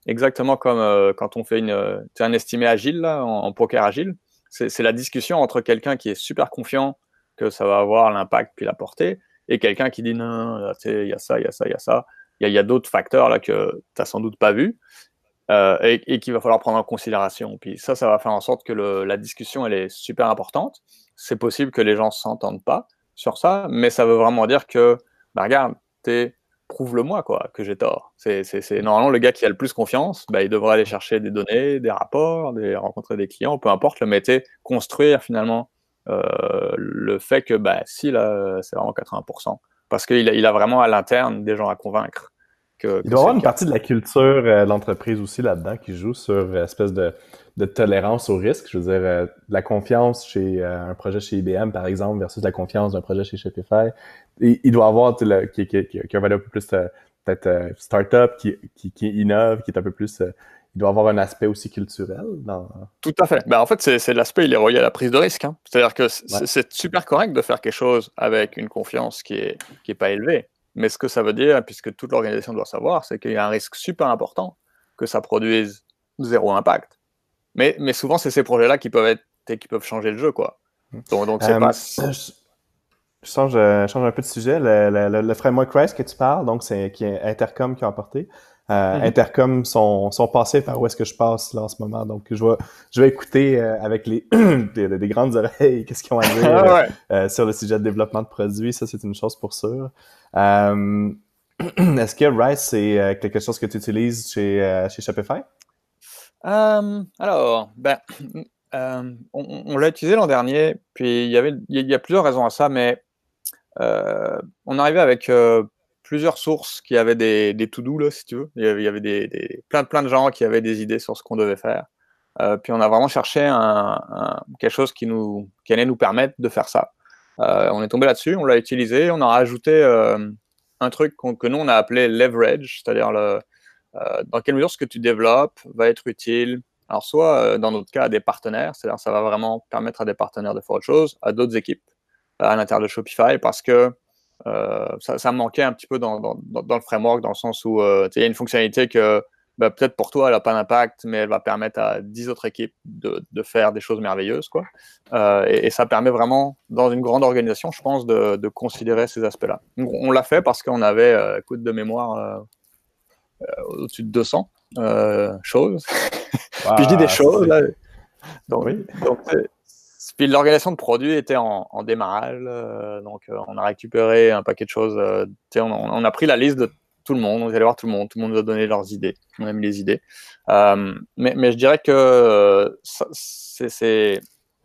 exactement comme euh, quand on fait une, euh, un estimé agile là, en, en poker agile. C'est la discussion entre quelqu'un qui est super confiant que ça va avoir l'impact puis la portée et quelqu'un qui dit non, non, il y a ça, il y a ça, il y a ça. Il y a, a d'autres facteurs là que tu n'as sans doute pas vu euh, et, et qu'il va falloir prendre en considération. Puis ça, ça va faire en sorte que le, la discussion, elle est super importante. C'est possible que les gens ne s'entendent pas sur ça, mais ça veut vraiment dire que, bah, regarde, t'es prouve-le-moi quoi, que j'ai tort. C'est normalement le gars qui a le plus confiance, bah, il devrait aller chercher des données, des rapports, des, rencontrer des clients, peu importe, le métier, construire finalement euh, le fait que bah, si là, c'est vraiment quatre-vingts pour cent. Parce qu'il a, il a vraiment à l'interne des gens à convaincre que, Il que doit y c'est avoir le une cas. partie de la culture euh, de l'entreprise aussi là-dedans qui joue sur euh, espèce de, de tolérance au risque. Je veux dire, euh, la confiance chez euh, un projet chez I B M, par exemple, versus la confiance d'un projet chez Shopify. Et, il doit y avoir le, qui, qui, qui, qui a un valeur un peu plus euh, peut-être euh, start-up, qui, qui, qui innove, qui est un peu plus... Euh, il doit avoir un aspect aussi culturel dans... Tout à fait. Ben, en fait, c'est l'aspect, il est relié à la prise de risque. Hein. C'est-à-dire que Ouais. c'est super correct de faire quelque chose avec une confiance qui est, qui est pas élevée. Mais ce que ça veut dire, puisque toute l'organisation doit savoir, c'est qu'il y a un risque super important que ça produise zéro impact. Mais, mais souvent, c'est ces projets-là qui peuvent être, qui peuvent changer le jeu, quoi. Donc, donc c'est Euh, pas. je, je, change, je change un peu de sujet. Le, le, le framework RISE que tu parles, donc c'est qui est Intercom qui a apporté. Euh, Mm-hmm. Intercom sont, sont passés par où est-ce que je passe là en ce moment. Donc, je vais, je vais écouter euh, avec les des, des grandes oreilles qu'est-ce qu'ils ont à dire Ah ouais. euh, sur le sujet de développement de produits. Ça, c'est une chose pour sûr. Euh, est-ce que RISE, c'est quelque chose que tu utilises chez, euh, chez Shopify? Euh, alors, ben, euh, on, on l'a utilisé l'an dernier, puis il y avait, il y a plusieurs raisons à ça, mais euh, on arrivait avec euh, plusieurs sources qui avaient des, des to-do, là, si tu veux. Il y avait, il y avait des, des, plein, plein de gens qui avaient des idées sur ce qu'on devait faire. Euh, puis on a vraiment cherché un, un, quelque chose qui, nous, qui allait nous permettre de faire ça. Euh, on est tombé là-dessus, on l'a utilisé, on a rajouté euh, un truc que nous, on a appelé leverage, c'est-à-dire le, euh, dans quelle mesure ce que tu développes va être utile. Alors, soit euh, dans notre cas, à des partenaires, c'est-à-dire ça va vraiment permettre à des partenaires de faire autre chose, à d'autres équipes à l'intérieur de Shopify, parce que euh, ça, ça manquait un petit peu dans, dans, dans le framework, dans le sens où euh, il y a une fonctionnalité que bah, peut-être pour toi, elle n'a pas d'impact, mais elle va permettre à dix autres équipes de, de faire des choses merveilleuses. Quoi. Euh, et, et ça permet vraiment, dans une grande organisation, je pense, de, de considérer ces aspects-là. On l'a fait parce qu'on avait, euh, écoute de mémoire, euh, euh, au-dessus de deux cents euh, choses. Wow, Puis je dis des choses, là. Donc, oui. donc puis l'organisation de produits était en, en démarrage, euh, donc euh, on a récupéré un paquet de choses. Euh, on, on a pris la liste de tout le monde, on est allé voir tout le monde, tout le monde nous a donné leurs idées, on a mis les idées. Euh, mais, mais je dirais que euh, c'est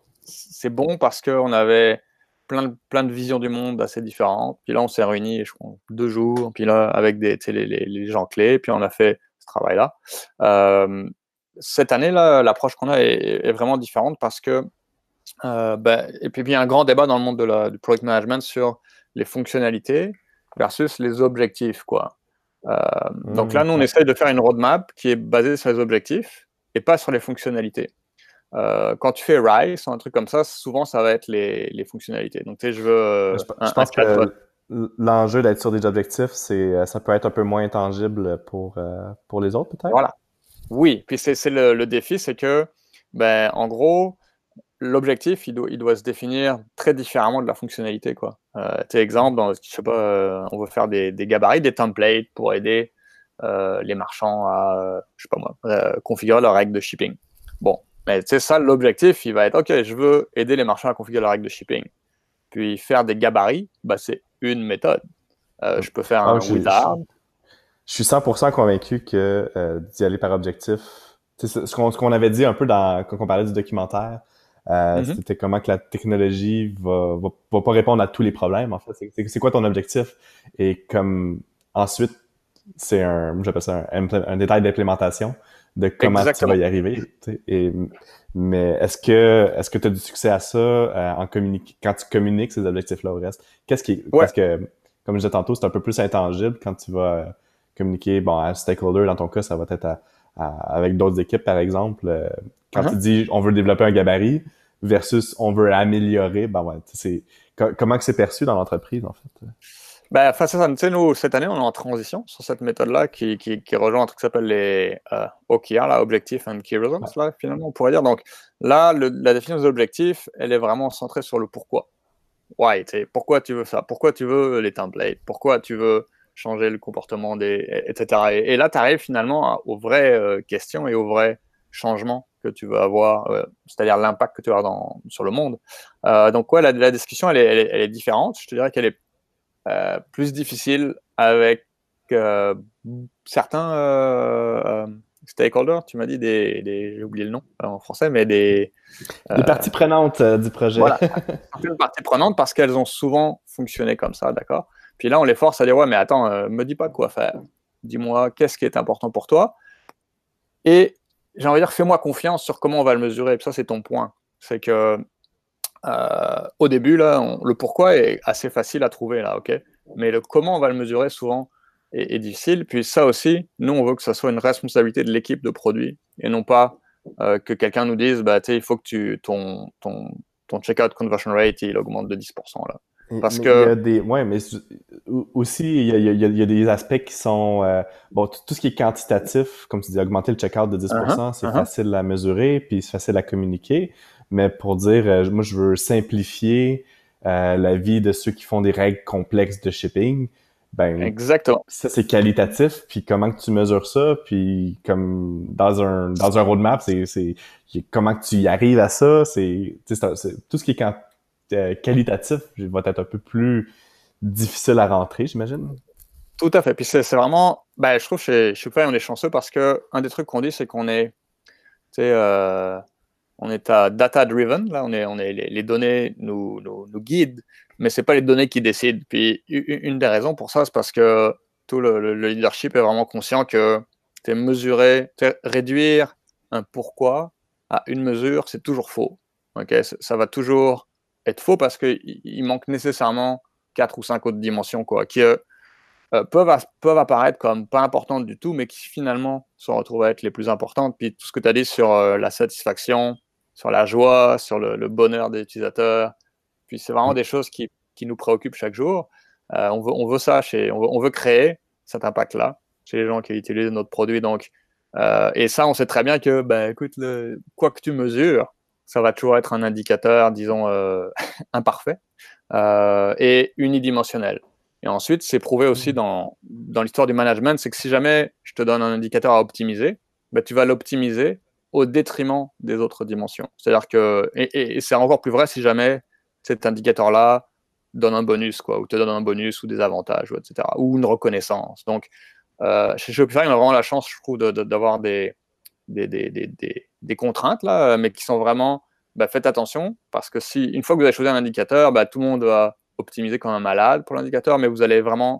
bon parce qu'on avait plein de, plein de visions du monde assez différentes. Puis là, on s'est réunis, je crois, deux jours, puis là, avec des, les, les, les gens clés, puis on a fait ce travail-là. Euh, cette année-là, l'approche qu'on a est, est vraiment différente parce que Euh, ben, et puis il y a un grand débat dans le monde de la, du product management sur les fonctionnalités versus les objectifs, quoi. Euh, donc là, Mmh, nous, on ouais. essaye de faire une roadmap qui est basée sur les objectifs et pas sur les fonctionnalités. Euh, quand tu fais RISE ou un truc comme ça, souvent, ça va être les, les fonctionnalités. Donc, tu sais, je veux euh, Je, un, je un pense chatbot. que l'enjeu d'être sur des objectifs, c'est ça peut être un peu moins tangible pour, euh, pour les autres, peut-être? Voilà. Oui, puis c'est le, le défi, c'est que, ben, en gros, l'objectif, il doit, il doit se définir très différemment de la fonctionnalité, quoi. Euh, tu sais, exemple, dans, je sais pas, euh, on veut faire des, des gabarits, des templates pour aider euh, les marchands à, euh, je sais pas moi, euh, configurer leurs règles de shipping. Bon, mais tu sais, ça, l'objectif, il va être, OK, je veux aider les marchands à configurer leurs règles de shipping. Puis faire des gabarits, bah, c'est une méthode. Euh, je peux faire Ah, un je, je, wizard. je suis cent pour cent convaincu que euh, d'y aller par objectif, c'est ce qu'on ce qu'on avait dit un peu dans, quand on parlait du documentaire, euh, Mm-hmm. c'était comment que la technologie va, va, va pas répondre à tous les problèmes, en fait. C'est c'est quoi ton objectif? Et comme ensuite, c'est un, j'appelle ça un, un détail d'implémentation de comment tu vas Exactement. y arriver. Tu sais. Et, mais est-ce que est-ce que tu as du succès à ça euh, en communiquant quand tu communiques ces objectifs-là au reste? Qu'est-ce qui est, Ouais. parce que comme je disais tantôt, c'est un peu plus intangible quand tu vas euh, communiquer bon à un stakeholder. Dans ton cas, ça va être à, à, avec d'autres équipes, par exemple. Euh, quand Uh-huh. tu dis on veut développer un gabarit versus on veut améliorer, ben ouais, c'est comment que c'est perçu dans l'entreprise en fait. Bah, face à ça, tu sais, nous, cette année, on est en transition sur cette méthode-là qui, qui, qui rejoint un truc qui s'appelle les euh, O K R, là, Objective and Key Results, là, finalement, on pourrait dire. Donc là, le, la définition des objectifs, elle est vraiment centrée sur le pourquoi. Why, tu sais, pourquoi tu veux ça? Pourquoi tu veux les templates? Pourquoi tu veux changer le comportement des... et cetera. Et, et là, tu arrives finalement à- aux vraies euh, questions et aux vrais changements que tu veux avoir, euh, c'est-à-dire l'impact que tu vas avoir dans, sur le monde. Euh, donc, ouais, la, la discussion, elle est, elle, est, elle est différente. Je te dirais qu'elle est euh, plus difficile avec euh, certains euh, euh, stakeholders. Tu m'as dit des, des j'ai oublié le nom euh, en français, mais des Des euh, parties prenantes euh, du projet. voilà, certaines parties prenantes parce qu'elles ont souvent fonctionné comme ça, d'accord. Puis là, on les force à dire ouais, mais attends, euh, me dis pas quoi faire. Dis-moi qu'est-ce qui est important pour toi. Et j'ai envie de dire, fais-moi confiance sur comment on va le mesurer. Et ça, c'est ton point. C'est que euh, au début, là, on, le pourquoi est assez facile à trouver, là, ok. Mais le comment on va le mesurer, souvent, est, est difficile. Puis ça aussi, nous, on veut que ça soit une responsabilité de l'équipe de produit et non pas euh, que quelqu'un nous dise, bah, tu sais, il faut que tu, ton, ton, ton checkout conversion rate, il augmente de dix pour cent, là. Parce Mais il y que... a des. Ouais, mais aussi, il y a, il y a, il y a des aspects qui sont. Euh, bon, tout ce qui est quantitatif, comme tu dis, augmenter le checkout de dix pour Uh-huh, cent, c'est uh-huh. facile à mesurer, puis c'est facile à communiquer. Mais pour dire, euh, moi, je veux simplifier euh, la vie de ceux qui font des règles complexes de shipping, ben, Exactement. ça, c'est qualitatif. Puis comment que tu mesures ça, puis comme dans un dans un roadmap, c'est c'est comment que tu y arrives à ça, c'est tout ce qui est quand, euh, qualitatif va être un peu plus difficile à rentrer, j'imagine. Tout à fait. Puis c'est vraiment, bah, je trouve chez Shopify, on est chanceux parce que un des trucs qu'on dit, c'est qu'on est, tu sais, euh, on est à data-driven, là, on est, on est, les, les données nous, nous, nous guident, mais c'est pas les données qui décident. Puis une des raisons pour ça, c'est parce que tout le, le, le leadership est vraiment conscient que tu es mesuré, réduire un pourquoi à une mesure, c'est toujours faux. Okay, ça va toujours être faux parce qu'il il manque nécessairement quatre ou cinq autres dimensions, quoi, qui euh, peuvent, peuvent apparaître comme pas importantes du tout, mais qui finalement se retrouvent à être les plus importantes. Puis tout ce que tu as dit sur euh, la satisfaction, sur la joie, sur le, le bonheur des utilisateurs. Puis c'est vraiment des choses qui, qui nous préoccupent chaque jour. Euh, on, veut, on veut ça, chez, on, veut, on veut créer cet impact-là chez les gens qui utilisent notre produit. Donc, euh, et ça, on sait très bien que, ben, écoute, le, quoi que tu mesures, ça va toujours être un indicateur, disons, euh, imparfait euh, et unidimensionnel. Et ensuite, c'est prouvé aussi dans, dans l'histoire du management, c'est que si jamais je te donne un indicateur à optimiser, ben, tu vas l'optimiser au détriment des autres dimensions. C'est-à-dire que, et, et, et c'est encore plus vrai si jamais cet indicateur-là donne un bonus, quoi, ou te donne un bonus ou des avantages, ou et cetera, ou une reconnaissance. Donc, euh, chez Shopify, on a vraiment la chance, je trouve, de, de, d'avoir des, des, des, des, des, des contraintes, là, mais qui sont vraiment, bah, faites attention, parce que si, une fois que vous avez choisi un indicateur, bah, tout le monde va optimiser comme un malade pour l'indicateur, mais vous allez vraiment,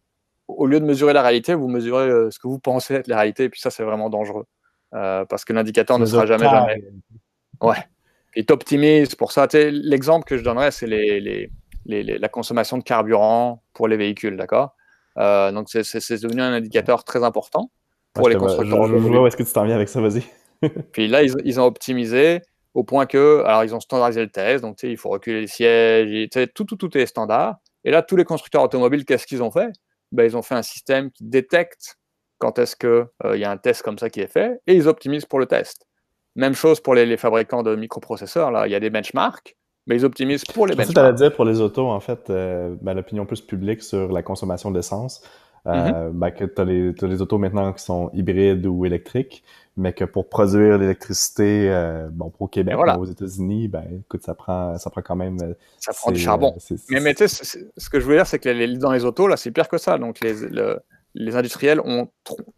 au lieu de mesurer la réalité, vous mesurez euh, ce que vous pensez être la réalité, et puis ça, c'est vraiment dangereux. Euh, parce que l'indicateur Tu ne sera mesures jamais, ta jamais. Ouais. Et t'optimises pour ça. L'exemple que je donnerais, c'est les, les, les, les, la consommation de carburant pour les véhicules, d'accord euh, Donc, c'est devenu un indicateur très important Ouais, pour je, les te vois, je, constructeurs je vois automobiles. où est-ce que tu t'en viens avec ça, vas-y. Puis là, ils, ils, ont optimisé au point que, alors ils ont standardisé le test, donc tu sais, il faut reculer les sièges, et, tu sais, tout, tout, tout est standard. Et là, tous les constructeurs automobiles, qu'est-ce qu'ils ont fait? Ben, ils ont fait un système qui détecte quand est-ce qu'il euh, y a un test comme ça qui est fait, et ils optimisent pour le test. Même chose pour les, les fabricants de microprocesseurs, là, il y a des benchmarks, mais ils optimisent pour les Je pensais que tu allais benchmarks. dire pour les autos, en fait, euh, ben, l'opinion plus publique sur la consommation d'essence. Mm-hmm. Euh, ben, que tu as les, t'as les autos maintenant qui sont hybrides ou électriques, mais que pour produire l'électricité, euh, bon, pour au Et Québec, mais voilà, aux États-Unis, ben, écoute, ça prend, ça prend quand même, euh, ça prend du c'est, euh, charbon. c'est, Mais, c'est- mais tu sais, ce que je veux dire, c'est que les, les, dans les autos, là, c'est pire que ça. Donc, les, le, les industriels ont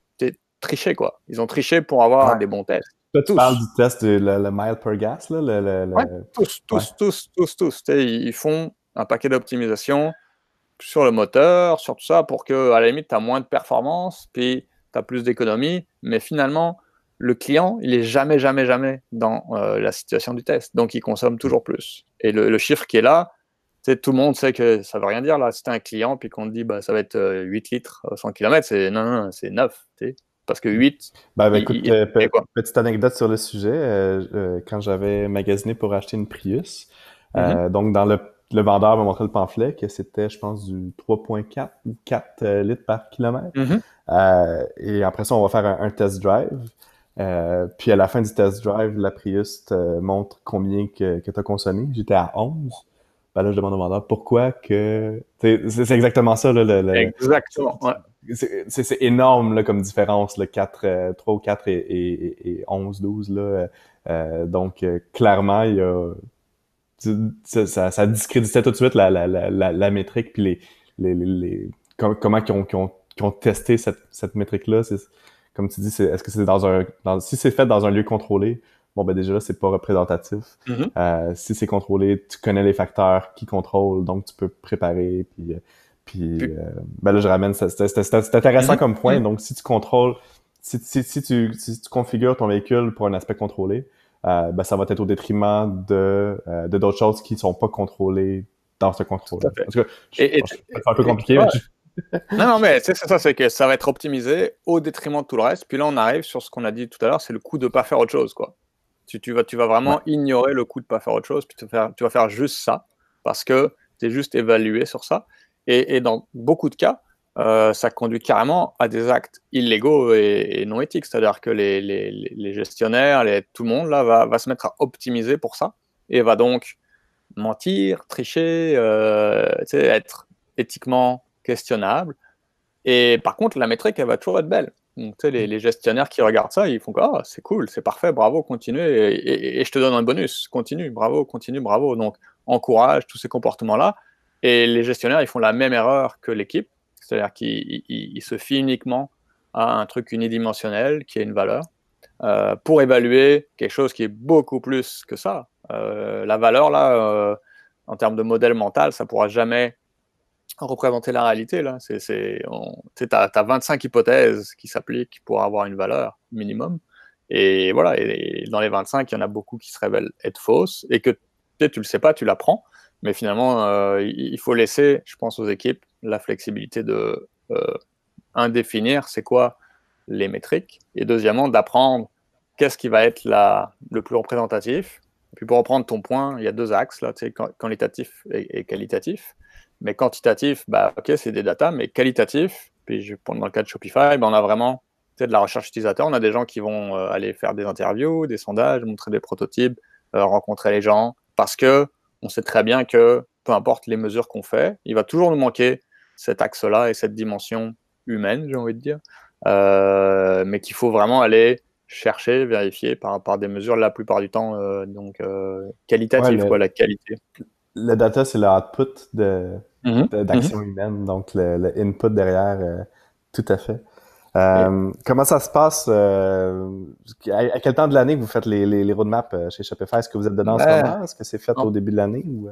triché, quoi. Ils ont triché pour avoir Ouais. des bons tests. Toi, tu parles Tous. du test de le, le mile per gas, là, le, le, Ouais, le- tous, ouais. tous, tous, tous, tous. Tu sais, ils font un paquet d'optimisation sur le moteur, sur tout ça, pour que, à la limite, tu as moins de performance, puis tu as plus d'économie. Mais finalement, le client, il est jamais, jamais, jamais dans euh, la situation du test. Donc, il consomme toujours plus. Et le, le chiffre qui est là, tout le monde sait que ça veut rien dire. Là, si tu un client, puis qu'on te dit bah, ça va être euh, huit litres euh, cent kilomètres, c'est non, non, non c'est neuf. T'sais. Parce que huit, Ben, ben, il, écoute, il, euh, il pe- quoi. petite anecdote sur le sujet. Euh, euh, quand j'avais magasiné pour acheter une Prius, Mm-hmm. euh, donc dans le le vendeur m'a montré le pamphlet, que c'était, je pense, du trois virgule quatre ou quatre euh, litres par kilomètre. Mhm. Euh, et après ça, on va faire un, un test drive. Euh, puis à la fin du test drive, la Prius te montre combien que, que tu as consommé. J'étais à onze. Ben là, je demande au vendeur pourquoi que... C'est c'est exactement ça, là, le, le, Exactement, ouais. c'est c'est énorme là, comme différence, là, quatre, euh, trois ou quatre et, et, et onze, douze. Là. Euh, donc, euh, clairement, il y a... Ça, ça, ça discréditait tout de suite la, la, la, la, la métrique, puis les, les, les, les com comment ils ont, qu'ils ont, qu'ils ont testé cette, cette métrique-là. Comme tu dis, est-ce que c'est dans un... Dans, si c'est fait dans un lieu contrôlé, bon, ben déjà là, c'est pas représentatif. Mhm. Euh, si c'est contrôlé, tu connais les facteurs qui contrôlent, donc tu peux préparer, puis... Puis, Puis, euh, ben là, je ramène, c'est intéressant mhm. comme point. Mhm. Donc, si tu contrôles, si, si, si, tu, si tu configures ton véhicule pour un aspect contrôlé, euh, ben, ça va être au détriment de euh, de d'autres choses qui ne sont pas contrôlées dans ce Tout contrôle-là. à fait. En tout cas, je, Et, et, je, je c'est un peu et, compliqué, ouais. mais je... Non, non, mais c'est ça, c'est que ça va être optimisé au détriment de tout le reste. Puis là, on arrive sur ce qu'on a dit tout à l'heure, c'est le coût de ne pas faire autre chose, quoi. Tu, tu, vas, tu vas vraiment Ouais. ignorer le coût de ne pas faire autre chose, puis tu vas faire, tu vas faire juste ça, parce que tu es juste évalué sur ça. Et, et dans beaucoup de cas, euh, ça conduit carrément à des actes illégaux et, et non éthiques. C'est-à-dire que les, les, les gestionnaires, les, tout le monde là, va, va se mettre à optimiser pour ça, et va donc mentir, tricher, euh, être éthiquement questionnable. Et par contre, la métrique, elle va toujours être belle. Donc, tu sais, les, les gestionnaires qui regardent ça, ils font que oh, c'est cool, c'est parfait, bravo, continue, et, et, et, je te donne un bonus, continue, bravo, continue, bravo. Donc, encourage tous ces comportements-là. Et les gestionnaires, ils font la même erreur que l'équipe, c'est-à-dire qu'ils ils, ils se fient uniquement à un truc unidimensionnel qui a une valeur euh, pour évaluer quelque chose qui est beaucoup plus que ça. Euh, la valeur, là, euh, en termes de modèle mental, ça ne pourra jamais représenter la réalité. Là. Tu as vingt-cinq hypothèses qui s'appliquent pour avoir une valeur minimum. Et voilà, et, et dans les vingt-cinq, il y en a beaucoup qui se révèlent être fausses et que peut-être tu ne le sais pas, tu l'apprends. Mais finalement, euh, il faut laisser, je pense, aux équipes la flexibilité de, euh, un, définir c'est quoi les métriques, et deuxièmement, d'apprendre qu'est-ce qui va être la, le plus représentatif. Et puis pour reprendre ton point, il y a deux axes, là, tu sais, quantitatif et, et qualitatif. Mais quantitatif, bah, ok, c'est des datas, mais qualitatif, puis je prends dans le cas de Shopify, bah, on a vraiment de la recherche utilisateur. On a des gens qui vont euh, aller faire des interviews, des sondages, montrer des prototypes, euh, rencontrer les gens, parce que on sait très bien que peu importe les mesures qu'on fait, il va toujours nous manquer cet axe-là et cette dimension humaine, j'ai envie de dire, euh, mais qu'il faut vraiment aller chercher, vérifier par, par des mesures la plupart du temps, euh, donc euh, qualitatives, Ouais, quoi, le, la qualité. le data, c'est le output de, Mm-hmm. de, d'action Mm-hmm. humaine, donc le, le input derrière, euh, tout à fait. Et, Euh, comment ça se passe? Euh, à, à quel temps de l'année que vous faites les, les, les roadmaps euh, chez Shopify? Est-ce que vous êtes dedans en ce bah, moment? Est-ce que c'est fait en, au début de l'année? Ou...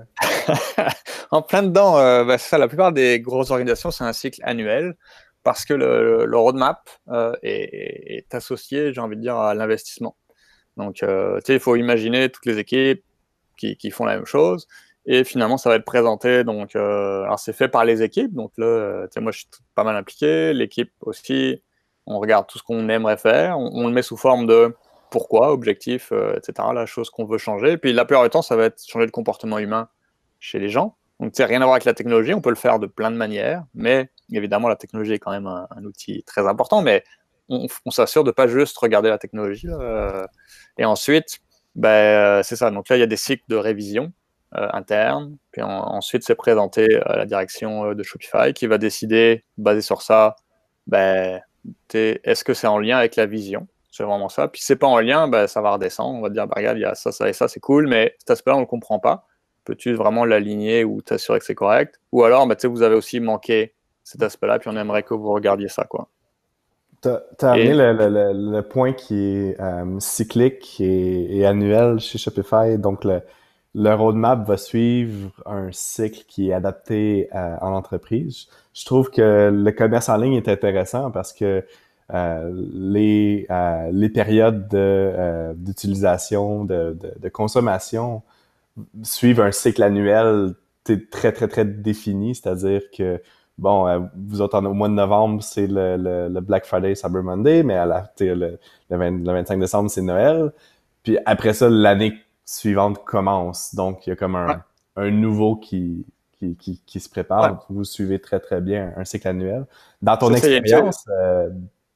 en plein dedans, euh, bah, ça, la plupart des grosses organisations, c'est un cycle annuel parce que le, le roadmap euh, est, est associé, j'ai envie de dire, à l'investissement. Donc, euh, tu sais, il faut imaginer toutes les équipes qui, qui font la même chose. Et finalement, ça va être présenté. Donc, euh, alors c'est fait par les équipes. Donc là, euh, tu sais, moi, je suis pas mal impliqué. L'équipe aussi, on regarde tout ce qu'on aimerait faire. On, on le met sous forme de pourquoi, objectif, euh, et cetera. La chose qu'on veut changer. Et puis, la plupart du temps, ça va être changer le comportement humain chez les gens. Donc, tu sais, rien à voir avec la technologie. On peut le faire de plein de manières. Mais évidemment, la technologie est quand même un, un outil très important. Mais on, on s'assure de pas juste regarder la technologie. Là. Et ensuite, ben, c'est ça. Donc là, il y a des cycles de révision euh, interne. Puis en, ensuite, c'est présenté à la direction euh, de Shopify qui va décider, basé sur ça, ben, est-ce que c'est en lien avec la vision? C'est vraiment ça. Puis si c'est pas en lien, ben, ça va redescendre. On va dire, ben, regarde, il y a ça, ça et ça, c'est cool, mais cet aspect-là, on le comprend pas. Peux-tu vraiment l'aligner ou t'assurer que c'est correct? Ou alors, ben, vous avez aussi manqué cet aspect-là, puis on aimerait que vous regardiez ça, quoi. T'as, t'as amené Et le, le, le, le point qui est euh, cyclique et, et annuel chez Shopify. Donc, le, le roadmap va suivre un cycle qui est adapté à, en entreprise. Je trouve que le commerce en ligne est intéressant parce que euh, les, euh, les périodes de, euh, d'utilisation, de, de, de consommation suivent un cycle annuel très, très, très défini. C'est-à-dire que bon, euh, vous autres, au mois de novembre, c'est le, le, le Black Friday, Cyber Monday, mais à la, le, le, vingt, le vingt-cinq décembre, c'est Noël. Puis après ça, l'année suivante commence. Donc, il y a comme ouais. un, un nouveau qui, qui, qui, qui se Ouais, prépare. Vous suivez très, très bien un cycle annuel. Dans ton c'est ça, il y a une thé- expérience euh,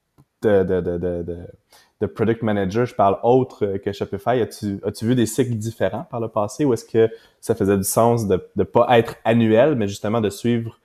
de, de, de, de, de, de product manager, je parle autre que Shopify, as-tu, as-tu vu des cycles différents par le passé ou est-ce que ça faisait du sens de ne pas être annuel, mais justement de suivre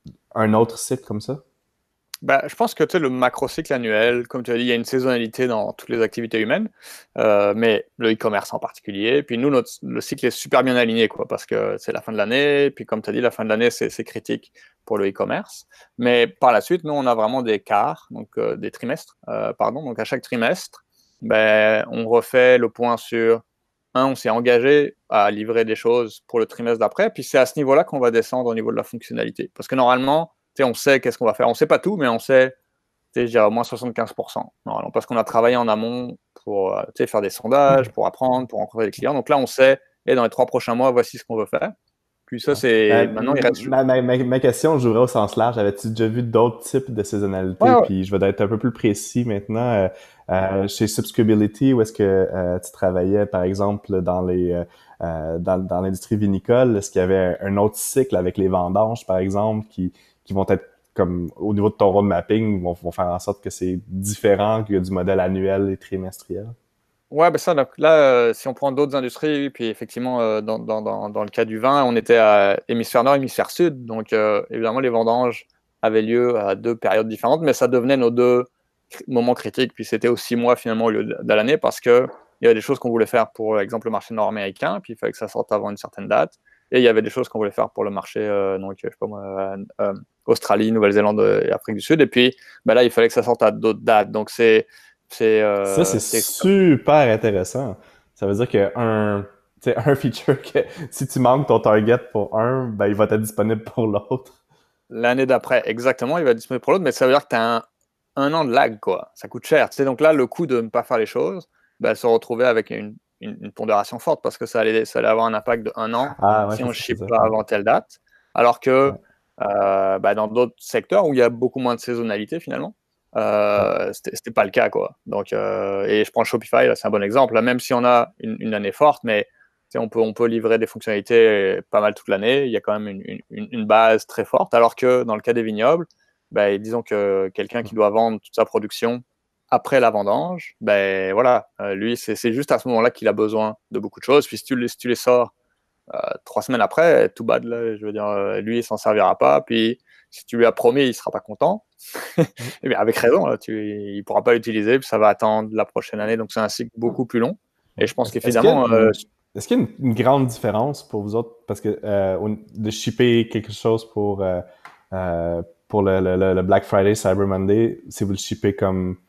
un autre cycle comme ça? Bah, je pense que tu sais, le macro-cycle annuel, comme tu as dit, il y a une saisonnalité dans toutes les activités humaines, euh, mais le e-commerce en particulier. Puis nous, notre, le cycle est super bien aligné, quoi, parce que c'est la fin de l'année. Puis comme tu as dit, la fin de l'année, c'est, c'est critique pour le e-commerce. Mais par la suite, nous, on a vraiment des quarts, donc euh, des trimestres, euh, pardon. Donc à chaque trimestre, ben, on refait le point sur, un, on s'est engagé à livrer des choses pour le trimestre d'après. Puis c'est à ce niveau-là qu'on va descendre au niveau de la fonctionnalité. Parce que normalement, on sait qu'est-ce qu'on va faire. On ne sait pas tout, mais on sait, je dirais au moins soixante-quinze pour cent. Normalement, parce qu'on a travaillé en amont pour faire des sondages, pour apprendre, pour rencontrer des clients. Donc là, on sait, et dans les trois prochains mois, voici ce qu'on veut faire. Puis ça, Ouais. c'est. Euh, Maintenant, il reste. ma, ma, ma, ma question, je jouerais au sens large. Avais-tu déjà vu d'autres types de Ouais, saisonnalité? ouais. Puis je vais être un peu plus précis maintenant. Euh, euh, chez Subscribility, où est-ce que euh, tu travaillais, par exemple, dans les euh, euh, dans, dans l'industrie vinicole, est-ce qu'il y avait un autre cycle avec les vendanges, par exemple, qui, qui vont être comme au niveau de ton road mapping, vont, vont faire en sorte que c'est différent que du modèle annuel et trimestriel? Ouais, ben ça, donc là, euh, si on prend d'autres industries, oui, puis effectivement, euh, dans, dans, dans, dans le cas du vin, on était à hémisphère nord, hémisphère sud. Donc, euh, évidemment, les vendanges avaient lieu à deux périodes différentes, mais ça devenait nos deux cr- moments critiques. Puis c'était aux six mois, finalement, au lieu de de l'année, parce que il y avait des choses qu'on voulait faire pour, par exemple, le marché nord-américain, puis il fallait que ça sorte avant une certaine date. Et il y avait des choses qu'on voulait faire pour le marché, euh, donc, je sais pas moi, euh, euh, Australie, Nouvelle-Zélande et Afrique du Sud. Et puis, ben là, il fallait que ça sorte à d'autres dates. Donc, c'est c'est Ça, euh, c'est c'est super intéressant. Ça veut dire que un, tu sais, un feature que si tu manques ton target pour un, ben il va être disponible pour l'autre. l'année d'après, exactement, il va être disponible pour l'autre, mais ça veut dire que tu as un, un an de lag, quoi. Ça coûte cher. Tu sais, donc là, le coût de ne pas faire les choses, bah, se retrouver avec une, une, une pondération forte parce que ça allait, ça allait avoir un impact de un an Ah ouais, si c'est on ne ça, c'est ship ça. pas Ouais. avant telle date. Alors que Ouais. euh, bah, dans d'autres secteurs où il y a beaucoup moins de saisonnalité, finalement, Ouais. euh, c'était c'était pas le cas, quoi. Donc, euh, et je prends Shopify, là, c'est un bon exemple. Là, même si on a une, une année forte, mais tu sais, on peut, on peut livrer des fonctionnalités pas mal toute l'année. Il y a quand même une, une, une base très forte. Alors que dans le cas des vignobles, ben, disons que quelqu'un qui doit vendre toute sa production après la vendange, ben voilà, euh, lui, c'est c'est juste à ce moment-là qu'il a besoin de beaucoup de choses. Puis si tu, les- si tu les sors euh, trois semaines après, tout bad, là, je veux dire, euh, lui, il s'en servira pas. Puis si tu lui as promis, il sera pas content. Mm. Eh bien, avec raison, là, tu, il pourra pas l'utiliser, puis ça va attendre la prochaine année. Donc c'est un cycle beaucoup plus long. Et Ouais. je pense Est-ce est-ce qu'il y a qu'évidemment, euh, une, est-ce qu'il y a une, une grande différence pour vous autres? Parce que euh, au- de shipper quelque chose pour, euh, euh, pour le, le, le- le Black Friday, Cyber Monday, si vous le shippez comme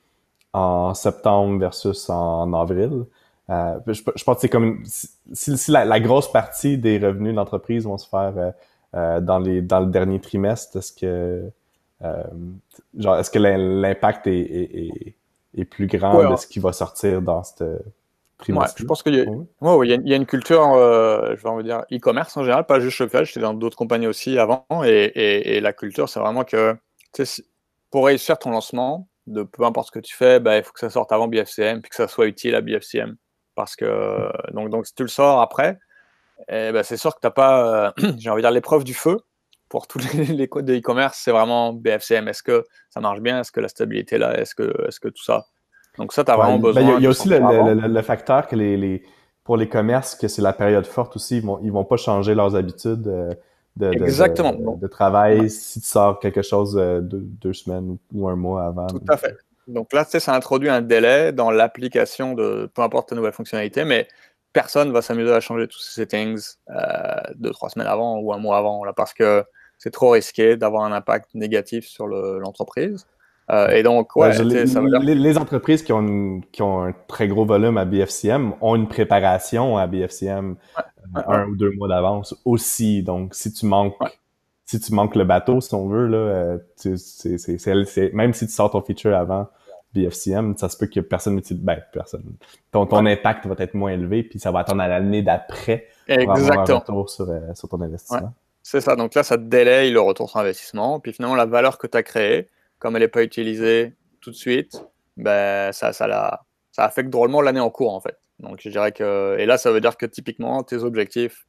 en septembre versus en avril. Euh, je, je pense que c'est comme une- si, si la, la grosse partie des revenus de l'entreprise vont se faire euh, euh, dans les dans le dernier trimestre, est-ce que euh, genre est-ce que l'im- l'impact est, est, est, est plus grand ouais, de ce qui va sortir dans ce ouais, je trimestre-là? pense qu'il y a, Oui. ouais, ouais, il y a, il y a une culture, euh, je vais envie de dire, e-commerce en général, pas juste Shopify, j'étais dans d'autres compagnies aussi avant, et, et, et la culture, c'est vraiment que tu sais, si- pour réussir ton lancement, de peu importe ce que tu fais, bah, il faut que ça sorte avant B F C M, puis que ça soit utile à B F C M. Parce que, donc, donc si tu le sors après, eh ben, c'est sûr que tu n'as pas, euh, j'ai envie de dire, l'épreuve du feu. Pour tous les, les codes de e-commerce, c'est vraiment B F C M. Est-ce que ça marche bien? Est-ce que la stabilité est là? Est-ce que, est-ce que tout ça? Donc ça, tu as Ouais, vraiment ben, il y, a il besoin y a de aussi le, sortir le, avant. le, le facteur que les, les pour les commerces, que c'est la période forte aussi, ils vont, ils vont pas changer leurs habitudes euh, de, de, Exactement. de, Donc, de ouais, travail si tu sors quelque chose euh, deux, deux semaines ou, ou un mois avant. tout Donc, à euh, fait. Donc là, tu sais, ça introduit un délai dans l'application de peu importe ta nouvelle fonctionnalité, mais personne va s'amuser à changer tous ces settings euh, deux, trois semaines avant ou un mois avant, là, parce que c'est trop risqué d'avoir un impact négatif sur le- l'entreprise. Euh, ouais. et donc, Ben, je- ouais, tu sais, ça veut dire les, les entreprises qui ont, une- qui ont un très gros volume à B F C M ont une préparation à B F C M ouais, ouais, un ou deux mois d'avance aussi. Donc, si tu ouais. manques, si tu manques le bateau, si on veut, là, euh, tu- c'est, c'est, c'est, c'est- même si tu sors ton feature avant B F C M, ça se peut que personne n'utilise, ben, personne. Ton, ton Ouais, impact va être moins élevé, puis ça va attendre à l'année d'après pour avoir un exactement. retour sur, euh, sur ton Ouais. investissement. C'est ça. Donc là, ça te délaye le retour sur investissement. Puis finalement, la valeur que tu as créée, comme elle n'est pas utilisée tout de suite, ben, ça, ça, la, ça affecte drôlement l'année en cours, en fait. Donc je dirais que. Et là, ça veut dire que typiquement, tes objectifs,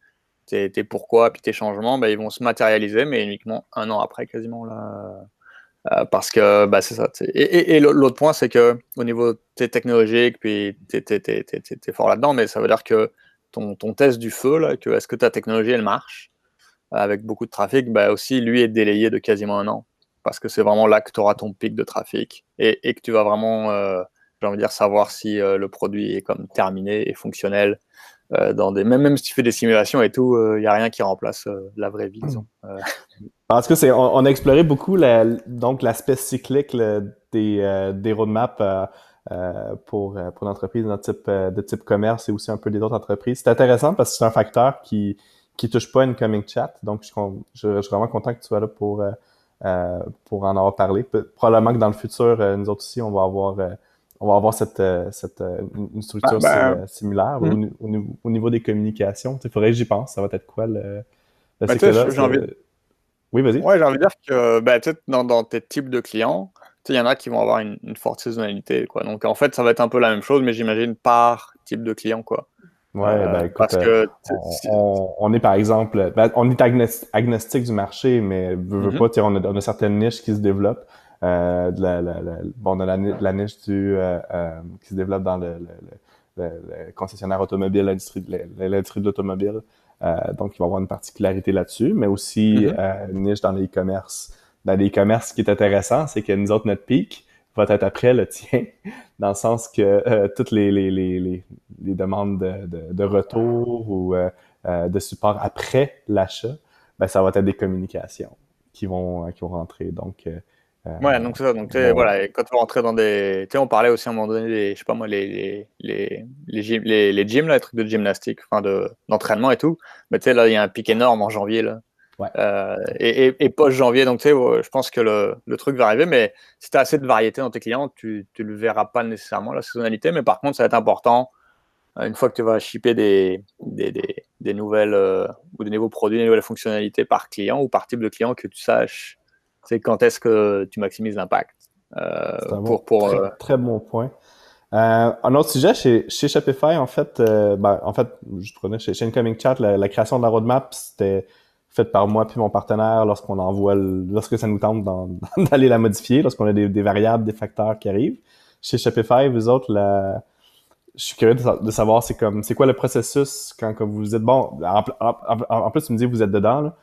tes, tes pourquoi, puis tes changements, bah, ils vont se matérialiser, mais uniquement un an après, quasiment, là. Euh, parce que, bah, c'est ça. Et, et, et l'autre point, c'est que au niveau technologique, puis t'es, t'es, t'es, t'es, t'es fort là-dedans, mais ça veut dire que ton, ton test du feu, là, que est-ce que ta technologie, elle marche, avec beaucoup de trafic, bah, aussi, lui, est délayé de quasiment un an. Parce que c'est vraiment là que tu auras ton pic de trafic et, et que tu vas vraiment, euh, j'ai envie de dire, savoir si euh, le produit est comme terminé et fonctionnel. Euh, dans des... même, même si tu fais des simulations et tout, il euh, n'y a rien qui remplace euh, la vraie vie, disons. Euh... Parce que c'est, on, on a exploré beaucoup la, donc l'aspect cyclique là, des, euh, des roadmaps euh, euh, pour, pour l'entreprise de type, euh, de type commerce et aussi un peu des autres entreprises. C'est intéressant parce que c'est un facteur qui qui touche pas Incoming Chat. Donc, je, je, je suis vraiment content que tu sois là pour, euh, euh, pour en avoir parlé. Probablement que dans le futur, euh, nous autres aussi, on va avoir, euh, on va avoir cette, euh, cette, euh, une structure Ah, ben, similaire mm-hmm. au, au, au niveau des communications. Il faudrait que j'y pense. Ça va être quoi le, le ben, cycle là? J'ai envie de... Oui, vas-y. Ouais, j'ai envie de dire que ben, dans, dans tes types de clients, il y en a qui vont avoir une, une forte saisonnalité, quoi. Donc, en fait, ça va être un peu la même chose, mais j'imagine par type de client, quoi. Ouais, Euh, ben écoute, parce que on, on, on est par exemple, ben, on est agnostique du marché, mais veut, veut mm-hmm. pas, on a, on a certaines niches qui se développent. Euh, de la, la, la, bon, on a la, la niche du euh, euh, qui se développe dans le, le, le, le concessionnaire automobile, l'industrie de l'industrie de l'automobile. Euh, donc, il va y avoir une particularité là-dessus, mais aussi Mm-hmm. euh, une niche dans les e-commerce. Dans les e-commerce, ce qui est intéressant, c'est que nous autres, notre pic va être après le tien, dans le sens que euh, toutes les, les, les, les, les demandes de, de, de retour ou euh, euh, de support après l'achat, ben, ça va être des communications qui vont, euh, qui vont rentrer. Donc, euh, ouais, donc c'est ça. Donc, bon, voilà, et quand tu rentrer dans des. Tu sais, on parlait aussi à un moment donné des, je sais pas moi, les, les, les, les, gym, les, les gyms, là, les trucs de gymnastique, enfin, de, d'entraînement et tout. Mais tu sais, là, il y a un pic énorme en janvier, là. ouais. Euh, et, et, et post-janvier, donc tu sais, je pense que le, le truc va arriver, mais si tu as assez de variété dans tes clients, tu ne le verras pas nécessairement, la saisonnalité, mais par contre, ça va être important, une fois que tu vas shipper des, des, des, des nouvelles euh, ou des nouveaux produits, des nouvelles fonctionnalités par client ou par type de client, que tu saches c'est quand est-ce que tu maximises l'impact. Euh, C'est un bon, pour, pour, très, euh... très bon point. Euh, un autre sujet, chez, chez Shopify, en fait, euh, ben, en fait, je prenais chez, chez Incoming Chat, la, la création de la roadmap, c'était fait par moi puis mon partenaire lorsqu'on envoie, le, lorsque ça nous tente d'aller la modifier, lorsqu'on a des, des variables, des facteurs qui arrivent. Chez Shopify, vous autres, la, je suis curieux de, de savoir c'est comme c'est quoi le processus quand, quand vous êtes bon. En, en, en, plus, tu me dis que vous êtes dedans. Là.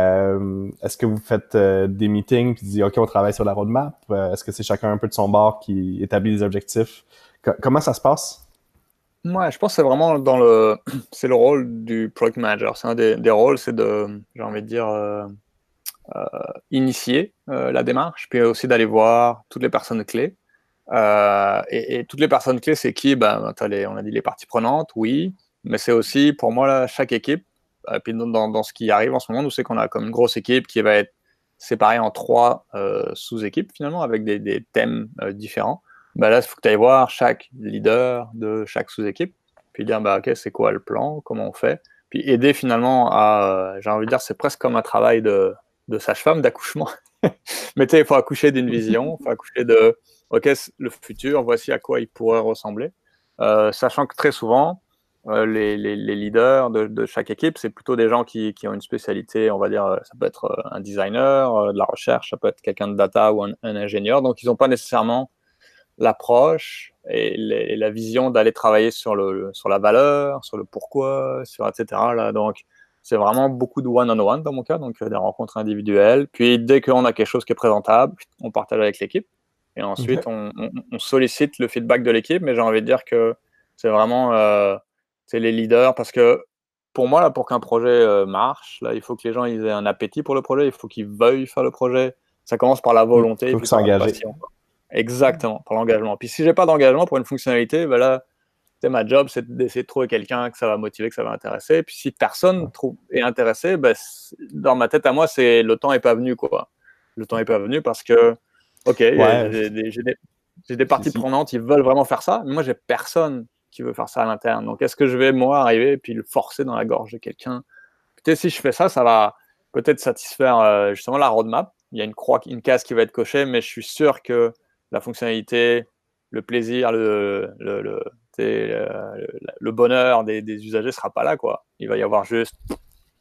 Euh, est-ce que vous faites euh, des meetings puis dites OK, on travaille sur la roadmap? Euh, est-ce que c'est chacun un peu de son bord qui établit des objectifs? Co- comment ça se passe? Ouais, je pense que c'est vraiment dans le c'est le rôle du product manager. C'est un des, des rôles, c'est de, j'ai envie de dire, euh, euh, initier euh, la démarche, puis aussi d'aller voir toutes les personnes clés. Euh, et, et toutes les personnes clés, c'est qui? Ben, t'as les, on a dit les parties prenantes, oui, mais c'est aussi pour moi là, chaque équipe. Et puis dans, dans ce qui arrive en ce moment, nous c'est qu'on a comme une grosse équipe qui va être séparée en trois euh, sous-équipes finalement avec des, des thèmes euh, différents. Ben là, il faut que tu ailles voir chaque leader de chaque sous-équipe, puis dire bah, ok, c'est quoi le plan, comment on fait, puis aider finalement à, euh, j'ai envie de dire, c'est presque comme un travail de, de sage-femme d'accouchement. Mais tu sais, il faut accoucher d'une vision, il faut accoucher de OK, le futur, voici à quoi il pourrait ressembler. Euh, sachant que très souvent, euh, les, les, les, leaders de, de, chaque équipe, c'est plutôt des gens qui, qui, ont une spécialité, on va dire, ça peut être un designer, euh, de la recherche, ça peut être quelqu'un de data ou un, un ingénieur. Donc, ils n'ont pas nécessairement l'approche et, les, et la vision d'aller travailler sur, le, sur la valeur, sur le pourquoi, sur et cetera. Là. Donc, c'est vraiment beaucoup de one-on-one dans mon cas, donc des rencontres individuelles. Puis, dès qu'on a quelque chose qui est présentable, on partage avec l'équipe. Et ensuite, okay. on, on, on sollicite le feedback de l'équipe, mais j'ai envie de dire que c'est vraiment euh, c'est les leaders, parce que pour moi, là, pour qu'un projet euh, marche, là, il faut que les gens ils aient un appétit pour le projet, il faut qu'ils veuillent faire le projet. Ça commence par la volonté, il et faut puis qu'ils par la s'engager. passion. Exactement, par l'engagement. Puis si j'ai pas d'engagement pour une fonctionnalité, ben là, ma job, c'est d'essayer de trouver quelqu'un que ça va motiver, que ça va intéresser. Et puis si personne ouais. trouve, est intéressé, ben, dans ma tête à moi, c'est le temps n'est pas venu, quoi. Le temps n'est pas venu parce que OK, ouais. j'ai, des, j'ai, des, j'ai des parties prenantes, ils veulent vraiment faire ça, mais moi, j'ai personne qui veut faire ça à l'interne. Donc, est-ce que je vais, moi, arriver et puis le forcer dans la gorge de quelqu'un? Peut-être si je fais ça, ça va peut-être satisfaire euh, justement la roadmap. Il y a une croix, une case qui va être cochée, mais je suis sûr que la fonctionnalité, le plaisir, le, le, le, le, le bonheur des, des usagers ne sera pas là, quoi. Il va y avoir juste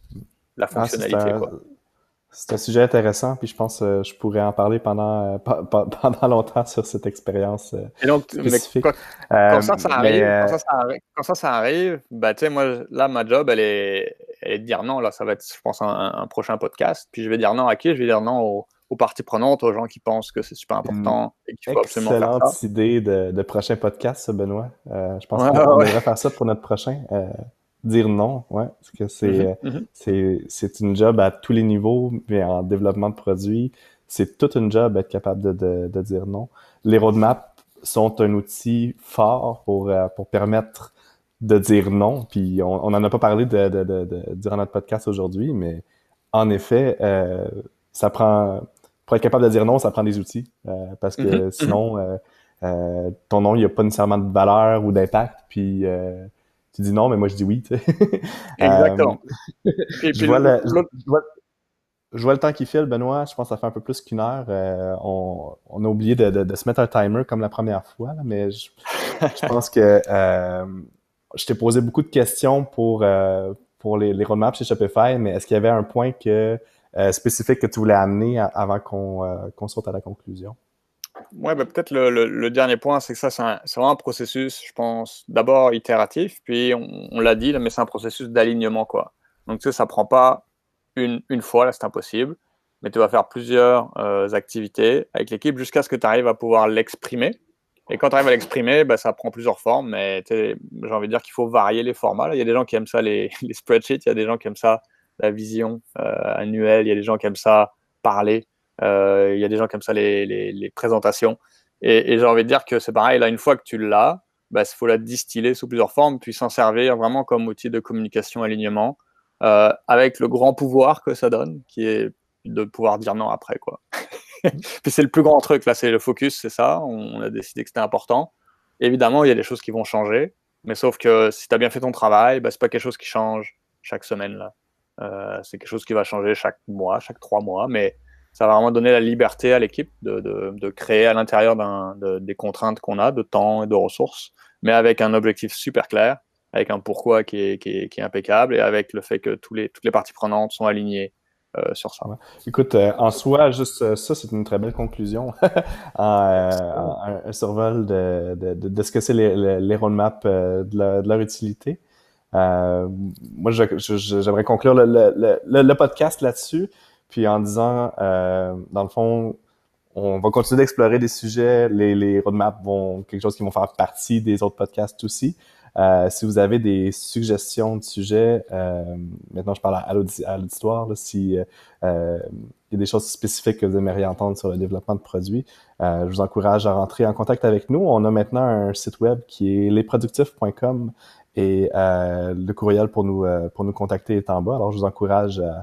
la fonctionnalité. Ah, c'est, un, quoi. c'est un sujet intéressant, puis je pense que euh, je pourrais en parler pendant, euh, pendant longtemps sur cette expérience euh, Et donc, spécifique. Mais quand, euh, quand, ça, ça arrive, mais, euh... quand, ça, ça arrive, quand ça, ça arrive, bah, tu sais, moi, là, ma job, elle est, elle est de dire non. Là, ça va être, je pense, un, un prochain podcast. Puis je vais dire non à qui? Je vais dire non aux, aux parties prenantes, aux gens qui pensent que c'est super important et qu'il faut absolument faire ça. Excellente idée de, de prochain podcast, ça, Benoît. Euh, je pense ouais, qu'on ouais. devrait faire ça pour notre prochain. Euh, dire non, ouais. Parce que c'est, Mm-hmm, euh, mm-hmm. c'est, c'est une job à tous les niveaux, mais en développement de produits, c'est toute une job être capable de, de, de dire non. Les roadmaps sont un outil fort pour, euh, pour permettre de dire non. Puis on, on en a pas parlé de, de, de, de, durant notre podcast aujourd'hui, mais en effet, euh, ça prend... Pour être capable de dire non, ça prend des outils. Euh, parce que Mm-hmm, sinon, euh, euh, ton non, il n'y a pas nécessairement de valeur ou d'impact. Puis euh, tu dis non, mais moi je dis oui. Tu sais. Exactement. euh, et je, puis vois le, le, le... je, vois, je vois le temps qui file, Benoît. Je pense que ça fait un peu plus qu'une heure. Euh, on, on a oublié de, de, de se mettre un timer comme la première fois, là, mais je, je pense que euh, je t'ai posé beaucoup de questions pour, euh, pour les, les roadmaps chez Shopify, mais est-ce qu'il y avait un point que Euh, spécifique que tu voulais amener à, avant qu'on, euh, qu'on saute à la conclusion? Ouais, bah, peut-être le, le, le dernier point, c'est que ça, c'est, un, c'est vraiment un processus, je pense, d'abord itératif, puis on, on l'a dit, mais c'est un processus d'alignement, quoi. Donc, tu sais, ça prend pas une, une fois, là, c'est impossible, mais tu vas faire plusieurs euh, activités avec l'équipe jusqu'à ce que tu arrives à pouvoir l'exprimer. Et quand tu arrives à l'exprimer, bah, ça prend plusieurs formes, mais j'ai envie de dire qu'il faut varier les formats. Là, il y a des gens qui aiment ça, les, les spreadsheets, il y a des gens qui aiment ça, la vision euh, annuelle, il y a des gens qui aiment ça, parler. Euh, il y a des gens qui aiment ça, les, les, les présentations. Et, et j'ai envie de dire que c'est pareil, là, une fois que tu l'as, bah, il faut la distiller sous plusieurs formes, puis s'en servir vraiment comme outil de communication, alignement, euh, avec le grand pouvoir que ça donne, qui est de pouvoir dire non après, quoi. Puis c'est le plus grand truc, là, c'est le focus, c'est ça. On a décidé que c'était important. Évidemment, il y a des choses qui vont changer, mais sauf que si tu as bien fait ton travail, bah, c'est pas quelque chose qui change chaque semaine, là. Euh, c'est quelque chose qui va changer chaque mois, chaque trois mois, mais ça va vraiment donner la liberté à l'équipe de, de, de créer à l'intérieur d'un, de, des contraintes qu'on a de temps et de ressources, mais avec un objectif super clair, avec un pourquoi qui est, qui est, qui est impeccable et avec le fait que tous les, toutes les parties prenantes sont alignées euh, sur ça. Ouais. Écoute, euh, en soi, juste euh, ça, c'est une très belle conclusion. en, euh, en, un, un survol de, de, de, de ce que c'est les, les, les roadmaps, euh, de, leur, de leur utilité. Euh, moi, je, je, j'aimerais conclure le, le, le, le podcast là-dessus. Puis en disant, euh, dans le fond, on va continuer d'explorer des sujets. Les, les roadmaps vont quelque chose qui vont faire partie des autres podcasts aussi. Euh, si vous avez des suggestions de sujets, euh, maintenant je parle à, l'audi- à l'auditoire, là, si euh, il y a des choses spécifiques que vous aimeriez entendre sur le développement de produits, euh, je vous encourage à rentrer en contact avec nous. On a maintenant un site web qui est lesproductifs point com et euh, le courriel pour nous, euh, pour nous contacter est en bas. Alors je vous encourage à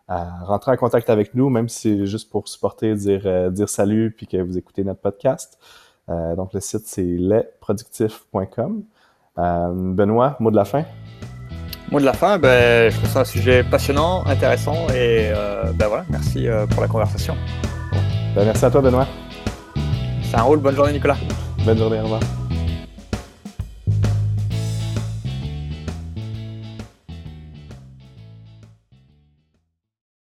à rentrer en contact avec nous, même si c'est juste pour supporter, dire, euh, dire salut puis que vous écoutez notre podcast. Euh, donc, le site, c'est lesproductifs point com. Euh, Benoît, mot de la fin? Mot de la fin, ben, je trouve ça un sujet passionnant, intéressant et euh, ben voilà, merci euh, pour la conversation. Ben, merci à toi, Benoît. C'est un rôle. Bonne journée, Nicolas. Bonne journée, au revoir.